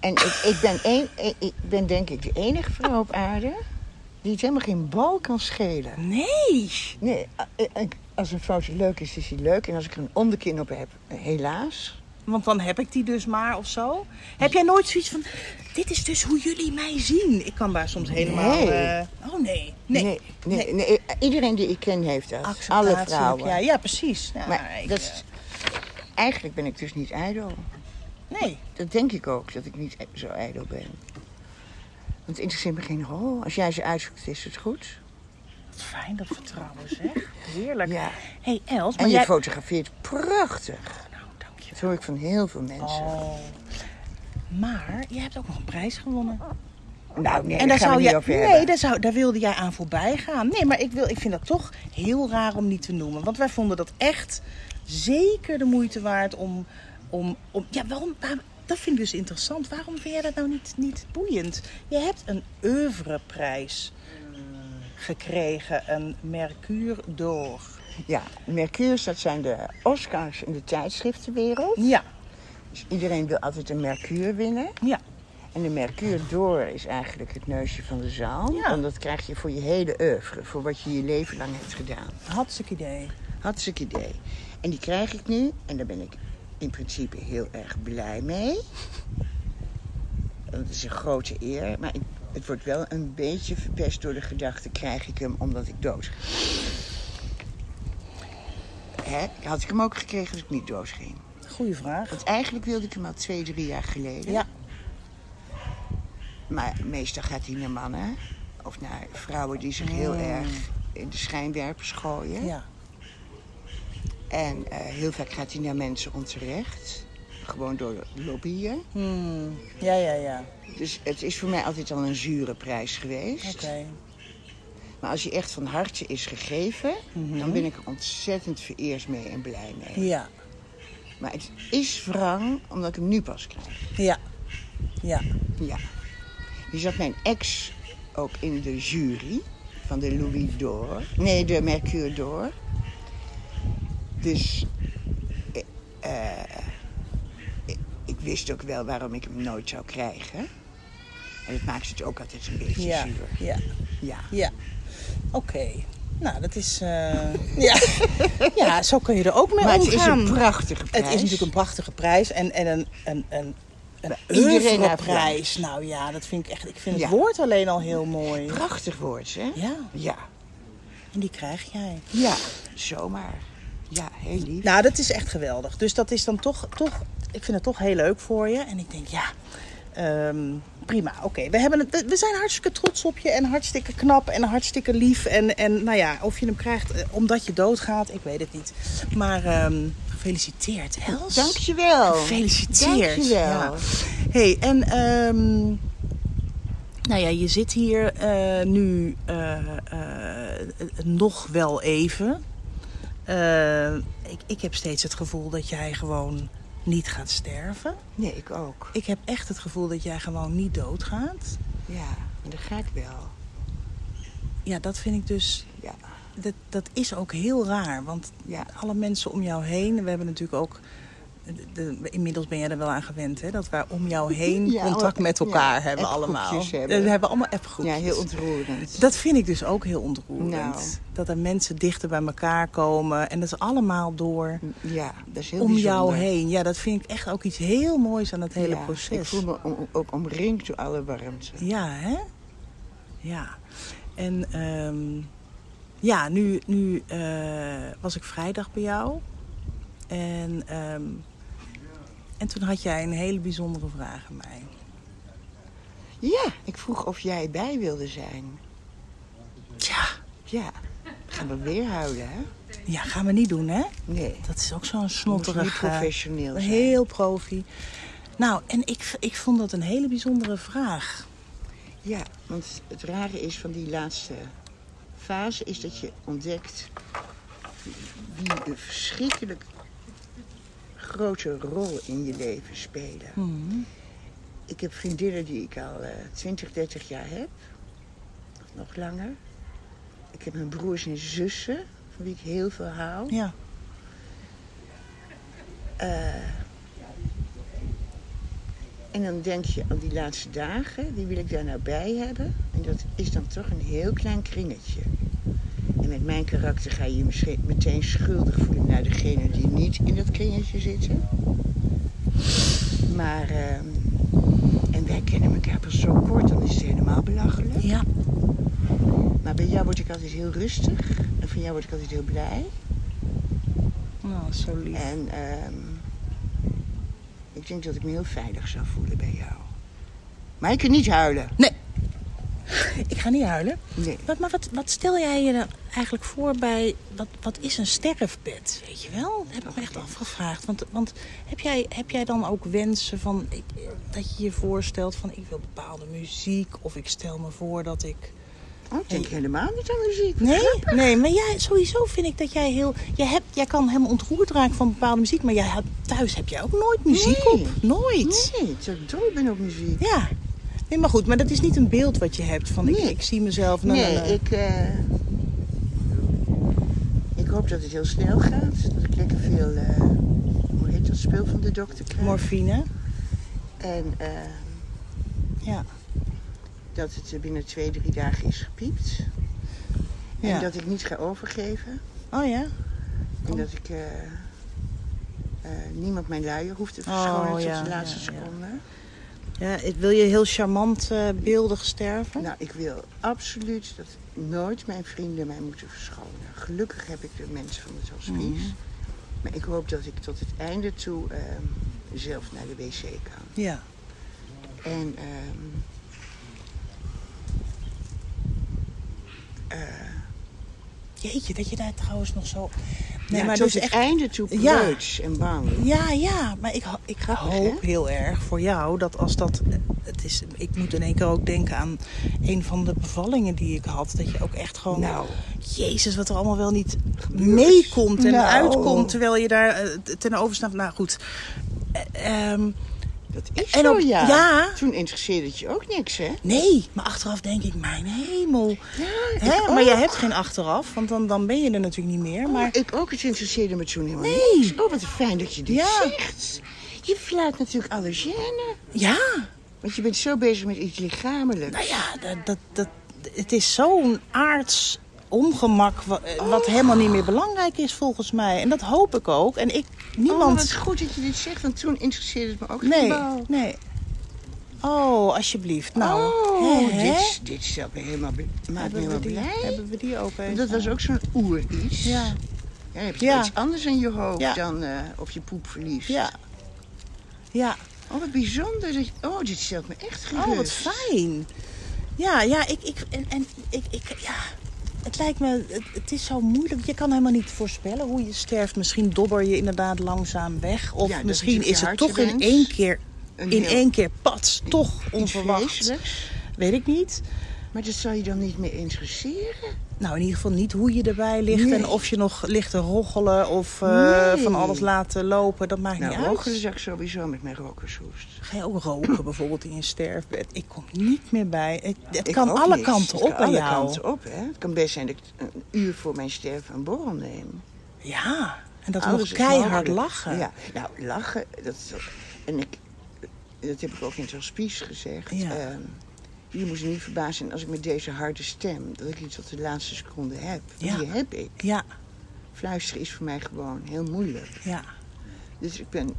En ik, ik, ben een, ik ben denk ik de enige vrouw op aarde die het helemaal geen bal kan schelen. Nee. Nee, als een foto leuk is, is die leuk. En als ik er een onderkin op heb, helaas. Want dan heb ik die dus maar of zo. Heb jij nooit zoiets van, dit is dus hoe jullie mij zien? Ik kan daar soms helemaal... Nee. Uh, oh nee. Nee. Nee, nee, nee. nee. Iedereen die ik ken heeft dat. Acceptatie. Alle vrouwen. Ja, ja precies. Ja, maar ik, dat is, eigenlijk ben ik dus niet ijdel. Nee. Dat denk ik ook, dat ik niet zo ijdel ben. Want het interesseert me geen rol. Als jij ze uitzoekt, is het goed. Wat fijn, dat vertrouwen zeg. Heerlijk. Ja. Hey Els, maar en je jij... fotografeert prachtig. Nou, dank je. Dat hoor ik van heel veel mensen. Oh. Maar jij hebt ook nog een prijs gewonnen. Nou, nee, en daar daar gaan we zou niet over nee, hebben. daar, zou, daar wilde jij aan voorbij gaan. Nee, maar ik, wil, ik vind dat toch heel raar om niet te noemen. Want wij vonden dat echt zeker de moeite waard om... om, om ja, waarom, waarom, dat vind ik dus interessant. Waarom vind jij dat nou niet, niet boeiend? Je hebt een oeuvreprijs gekregen, een Mercure d'Or. Ja, Mercures, dat zijn de Oscars in de tijdschriftenwereld. Ja. Dus iedereen wil altijd een Mercure winnen. Ja. En de Mercure d'Or is eigenlijk het neusje van de zaal. Ja. Want dat krijg je voor je hele oeuvre, voor wat je je leven lang hebt gedaan. Hartstikke idee. Hartstikke idee. En die krijg ik nu en daar ben ik in principe heel erg blij mee. Dat is een grote eer, maar ik, het wordt wel een beetje verpest door de gedachte, krijg ik hem omdat ik dood ga. Hè? Had ik hem ook gekregen als ik niet dood ging? Goeie vraag. Want eigenlijk wilde ik hem al twee, drie jaar geleden. Ja. Maar meestal gaat hij naar mannen. Of naar vrouwen die zich heel Mm. erg in de schijnwerpers gooien. Ja. En uh, heel vaak gaat hij naar mensen onterecht. Gewoon door lobbyen. Hmm. Ja, ja, ja. Dus het is voor mij altijd al een zure prijs geweest. Oké. Okay. Maar als hij echt van harte is gegeven, mm-hmm. dan ben ik er ontzettend vereerd mee en blij mee. Ja. Maar het is wrang omdat ik hem nu pas krijg. Ja. Ja. Ja. Nu zat mijn ex ook in de jury van de Louis d'Or. Nee, de Mercure d'Or. Dus uh, ik, ik wist ook wel waarom ik hem nooit zou krijgen. En dat maakt het ook altijd een beetje ja. zuur. Ja. Ja. Ja. Oké. Okay. Nou, dat is... Uh... ja. ja, zo kun je er ook mee maar omgaan. Maar het is een prachtige prijs. Het is natuurlijk een prachtige prijs. En, en een... een, een Een oeuvreprijs. Nou ja, dat vind ik echt. Ik vind het ja. woord alleen al heel mooi. Prachtig woord, hè? Ja. Ja. En die krijg jij. Ja, zomaar. Ja, heel lief. Nou, dat is echt geweldig. Dus dat is dan toch, toch ik vind het toch heel leuk voor je. En ik denk, ja, um, prima. Oké, okay. we hebben het, we zijn hartstikke trots op je en hartstikke knap en hartstikke lief. En, en nou ja, of je hem krijgt omdat je doodgaat, ik weet het niet. Maar um, gefeliciteerd, Els. Dankjewel. Gefeliciteerd. Dankjewel. Ja. Hey, en um, nou ja, je zit hier uh, nu uh, uh, nog wel even. Uh, ik, ik heb steeds het gevoel dat jij gewoon niet gaat sterven. Nee, ik ook. Ik heb echt het gevoel dat jij gewoon niet doodgaat. Ja, maar dat ga ik wel. Ja, dat vind ik dus... Ja. Dat, dat is ook heel raar, want ja. alle mensen om jou heen... We hebben natuurlijk ook... De, de, inmiddels ben jij er wel aan gewend, hè? Dat wij om jou heen ja, contact met elkaar ja, hebben allemaal. Hebben. We hebben allemaal appgroepjes. Ja, heel ontroerend. Dat vind ik dus ook heel ontroerend. Nou. Dat er mensen dichter bij elkaar komen. En dat is allemaal door ja, dat is heel om bijzonder. jou heen. Ja, dat vind ik echt ook iets heel moois aan het hele ja, proces. Ik voel me om, ook omringd door alle warmte. Ja, hè? Ja. En um, ja, nu, nu uh, was ik vrijdag bij jou. En... Um, En toen had jij een hele bijzondere vraag aan mij. Ja, ik vroeg of jij bij wilde zijn. Ja. Ja, gaan we weer houden, hè? Ja, gaan we niet doen, hè? Nee. Dat is ook zo'n snotterig... Moet niet professioneel zijn. Heel profi. Nou, en ik, ik vond dat een hele bijzondere vraag. Ja, want het rare is van die laatste fase... is dat je ontdekt wie een verschrikkelijk... grote rol in je leven spelen. Mm-hmm. Ik heb vriendinnen die ik al uh, twintig, dertig jaar heb. Of nog langer. Ik heb mijn broers en zussen, van wie ik heel veel hou. Ja. Uh, En dan denk je aan die laatste dagen, die wil ik daar nou bij hebben. En dat is dan toch een heel klein kringetje. En met mijn karakter ga je je misschien meteen schuldig voelen naar degene die niet in dat kringetje zitten. Maar, uh, en wij kennen elkaar pas zo kort, dan is het helemaal belachelijk. Ja. Maar bij jou word ik altijd heel rustig. En van jou word ik altijd heel blij. Nou, zo lief. En uh, ik denk dat ik me heel veilig zou voelen bij jou. Maar ik kan niet huilen. Nee. Ik ga niet huilen. Nee. Wat, maar wat, wat stel jij je dan eigenlijk voor bij... Wat, wat is een sterfbed? Weet je wel? Dat heb ik me echt afgevraagd. Want, want heb, jij, heb jij dan ook wensen van... Ik, dat je je voorstelt van... Ik wil bepaalde muziek. Of ik stel me voor dat ik... Oh, ik denk helemaal niet aan muziek. Nee, nee, maar jij, sowieso vind ik dat jij heel... Jij, hebt, jij kan helemaal ontroerd raken van bepaalde muziek. Maar jij hebt, thuis heb jij ook nooit muziek Nee. op. Nooit. Nee, dat ik dol ben op muziek. Ja. Nee, maar goed, maar dat is niet een beeld wat je hebt van ik, Nee. ik zie mezelf... na, Nee, na, na. ik, uh, ik hoop dat het heel snel gaat. Dat ik lekker veel, uh, hoe heet dat spul van de dokter krijg. Morfine. En uh, Ja. dat het binnen twee, drie dagen is gepiept. En Ja. dat ik niet ga overgeven. Oh ja? En dat ik uh, uh, niemand mijn luier hoeft te verschonen Oh, tot ja, de laatste ja, ja. seconde. Ja, ik- wil je heel charmant uh, beeldig sterven? Nou, ik wil absoluut dat nooit mijn vrienden mij moeten verschonen. Gelukkig heb ik de mensen van het hospice. Mhm. Maar ik hoop dat ik tot het einde toe uh, zelf naar de wc kan. Ja. En uh, uh, Jeetje, dat je daar trouwens nog zo... Nee, ja, maar tot dus het echt... einde toe Ja. preuts en bang. Ja, ja, maar ik, ho- ik hoop hè? heel erg voor jou dat als dat... Het is, ik moet in één keer ook denken aan een van de bevallingen die ik had. Dat je ook echt gewoon... Nou, Jezus, wat er allemaal wel niet meekomt en Nou. uitkomt terwijl je daar eh, ten overstaat. Nou goed. Eh, ehm, dat is En zo, op- ja. ja. Toen interesseerde het je ook niks, hè? nee, maar achteraf denk ik, mijn hemel. Ja, Hè? ik Maar ook. jij hebt geen achteraf, want dan, dan ben je er natuurlijk niet meer. Oh, Maar ik ook. Het interesseerde me toen helemaal Nee. niks. Oh, wat fijn dat je dit Ja. zegt. Je verlaat natuurlijk alle gêne. ja, Want je bent zo bezig met iets lichamelijks. nou ja, dat, dat, dat, het is zo'n aards ongemak wa- eh, wat helemaal niet meer belangrijk is volgens mij. En dat hoop ik ook. En ik, Oh, niemand... wat goed dat je dit zegt, want toen interesseerde het me ook geen nee, bal. nee. Oh, alsjeblieft. Nou, oh, hè, hè? dit, dit stelt me helemaal, be- maakt me Hebben we, helemaal die, blij. hebben we die ook even? Want dat was ook zo'n oer iets. Ja, Ja, dan heb je Ja. iets anders in je hoofd Ja. dan uh, of je poep verliest. ja. Ja, Oh, wat bijzonder. Dat je- oh, dit stelt me echt gerust. oh, wat fijn. Ja, ja, ik, ik, en, en ik, ik, ja, het lijkt me, het, het is zo moeilijk. Je kan helemaal niet voorspellen hoe je sterft. Misschien dobber je inderdaad langzaam weg. Of Ja, dat misschien is je is het toch in hartewens. één keer, Een in heel- één keer pats, toch Iets onverwacht. vreselijks. Weet ik niet. Maar dat zou je dan niet meer interesseren? Nou, in ieder geval niet hoe je erbij ligt Nee. en of je nog ligt te roggelen of uh, Nee. van alles laten lopen. Dat maakt Nou, niet uit. roken zou ik sowieso met mijn rokershoest. Ga je ook roken bijvoorbeeld in je sterfbed? Ik kom niet meer bij. Ik, het Ik kan ook alle niet. kanten Het op kan bij alle jou. kanten op, hè. Het kan best zijn dat ik een uur voor mijn sterven een borrel neem. Ja, en dat Alles nog is keihard mogelijk. lachen. Ja, nou, lachen, dat is ook- en ik, dat heb ik ook in het hospice gezegd. Ja. Ehm, je moet je niet verbazen zijn als ik met deze harde stem, dat ik die tot de laatste seconde heb. Ja. Die heb ik. Ja, Fluisteren is voor mij gewoon heel moeilijk. ja. Dus ik ben...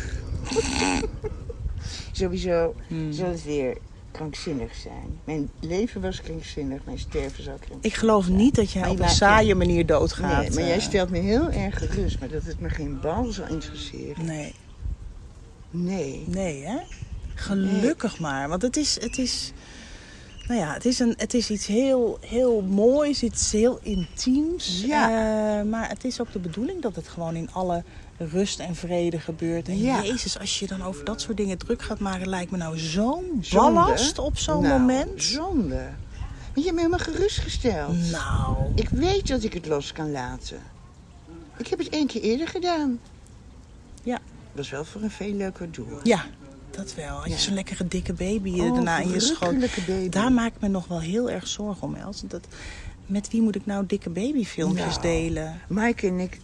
Sowieso Hmm. zal het weer krankzinnig zijn. Mijn leven was krankzinnig, mijn sterven zal krankzinnig Ik geloof zijn. niet dat jij Maar op je een maakt- saaie manier doodgaat. Nee, maar jij eh. stelt me heel erg gerust, maar dat het me geen bal zal interesseren. Nee, Nee. nee hè? Gelukkig maar. Want het is, het is, nou ja, het is, een, het is iets heel, heel moois, iets heel intiems. Ja. Eh, maar het is ook de bedoeling dat het gewoon in alle rust en vrede gebeurt. En Ja. Jezus, als je dan over dat soort dingen druk gaat maken, lijkt me nou zo'n Zonde. ballast op zo'n Nou, moment. zonde. Want je hebt me helemaal gerustgesteld. Nou, Ik weet dat ik het los kan laten. Ik heb het één keer eerder gedaan. ja. Dat was wel voor een veel leuker doel. Ja, dat wel. Had je Ja. zo'n lekkere dikke baby eh, Oh, daarna in je schoot. verrukkelijke baby. Daar maak ik me nog wel heel erg zorgen om, Els. Dat, met wie moet ik nou dikke babyfilmpjes Nou. delen? Maaike en ik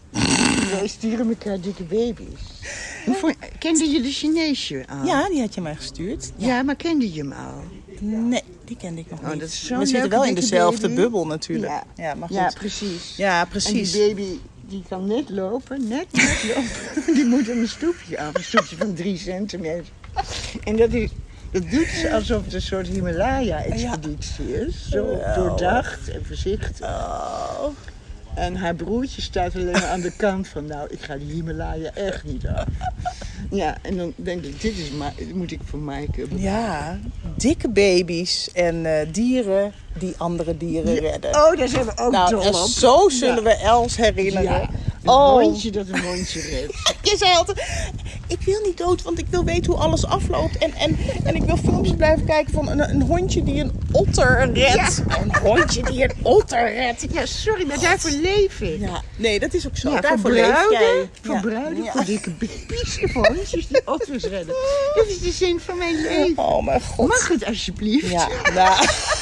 Wij sturen elkaar dikke baby's. Hoe vond- Kenden jullie Chineesje al? Ja, die had je mij gestuurd. Ja, ja, maar kende je hem al? Nee, die kende ik nog Oh, niet. dat is zo'n We zitten leuke wel in dikke dezelfde baby. bubbel natuurlijk. Ja. Ja, maar goed. Ja, precies. Ja, En precies. die baby, die kan net lopen, net, net lopen. Die moet een stoepje af, een stoepje van drie centimeter. En dat, is, dat doet ze alsof het een soort Himalaya-expeditie is. Zo doordacht en voorzichtig. Oh. En haar broertje staat alleen maar aan de kant van... nou, ik ga die Himalaya echt niet af. Ja, en dan denk ik, dit is Ma- dit moet ik voor Maaike. Ja, dikke baby's en uh, dieren die andere dieren Ja, redden. oh, daar zijn we ook nou, dol en op. zo zullen Ja. we Els herinneren. Ja, een oh. hondje dat een hondje redt. Je zei altijd, ik wil niet dood, want ik wil weten hoe alles afloopt. En, en, en ik wil filmpjes blijven kijken van een, een hondje die een otter redt. Ja. Een hondje die een otter redt. Ja, sorry, maar daarvoor leef ik. Ja, nee, dat is ook zo. Ja, Daarvoor voor leef bruiden, jij. voor Ja. bruiden, Ja. voor dikke baby's en voor hondjes die otters redden. Dat is de zin van mijn leven. Oh mijn god. Mag het alsjeblieft? Ja, nou...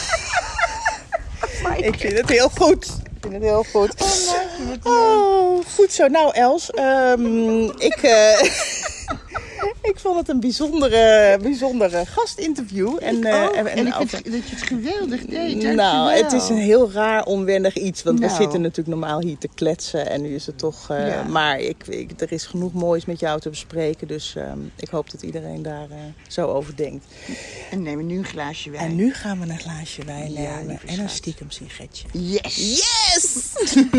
Ik vind het heel goed. Ik vind het heel goed. Oh, goed zo. Nou, Els, um, ik, uh, ik vond het een bijzondere, bijzondere gastinterview. En, uh, Oh, en, en ik over... vind dat je het geweldig deed. Nou, dankjewel. het is een heel raar, onwennig iets. Want Nou. we zitten natuurlijk normaal hier te kletsen. En nu is het toch... Uh, Ja. Maar ik, ik, er is genoeg moois met jou te bespreken. Dus um, ik hoop dat iedereen daar uh, zo over denkt. En nemen we nu een glaasje wijn. En nu gaan we een glaasje wijn Ja, nemen. lieve En een schat. stiekem sigaretje. Yes! Yes!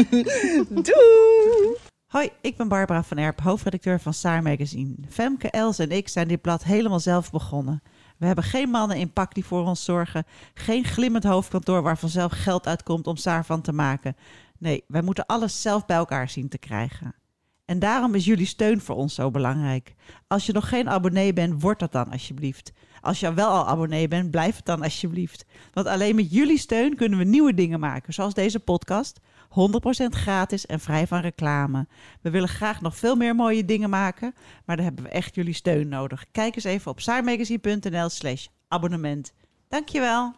Doei! Hoi, ik ben Barbara van Erp, hoofdredacteur van Saar Magazine. Femke, Els en ik zijn dit blad helemaal zelf begonnen. We hebben geen mannen in pak die voor ons zorgen. Geen glimmend hoofdkantoor waar vanzelf geld uitkomt om Saar van te maken. Nee, wij moeten alles zelf bij elkaar zien te krijgen. En daarom is jullie steun voor ons zo belangrijk. Als je nog geen abonnee bent, word dat dan alsjeblieft. Als je wel al abonnee bent, blijf het dan alsjeblieft. Want alleen met jullie steun kunnen we nieuwe dingen maken, zoals deze podcast. honderd procent gratis en vrij van reclame. We willen graag nog veel meer mooie dingen maken, maar daar hebben we echt jullie steun nodig. Kijk eens even op saarmagazine.nl slash abonnement. Dankjewel.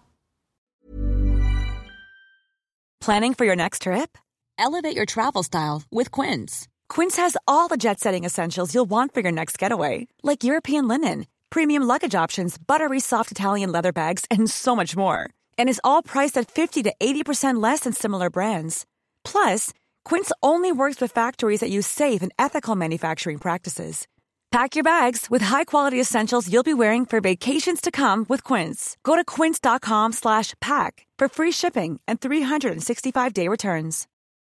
Planning for your next trip? Elevate your travel style with Quince. Quince has all the jet-setting essentials you'll want for your next getaway, like European linen, premium luggage options, buttery soft Italian leather bags, and so much more. And is all priced at fifty to eighty percent less than similar brands. Plus, Quince only works with factories that use safe and ethical manufacturing practices. Pack your bags with high-quality essentials you'll be wearing for vacations to come with Quince. Go to quince.com slash pack for free shipping and three sixty-five day returns.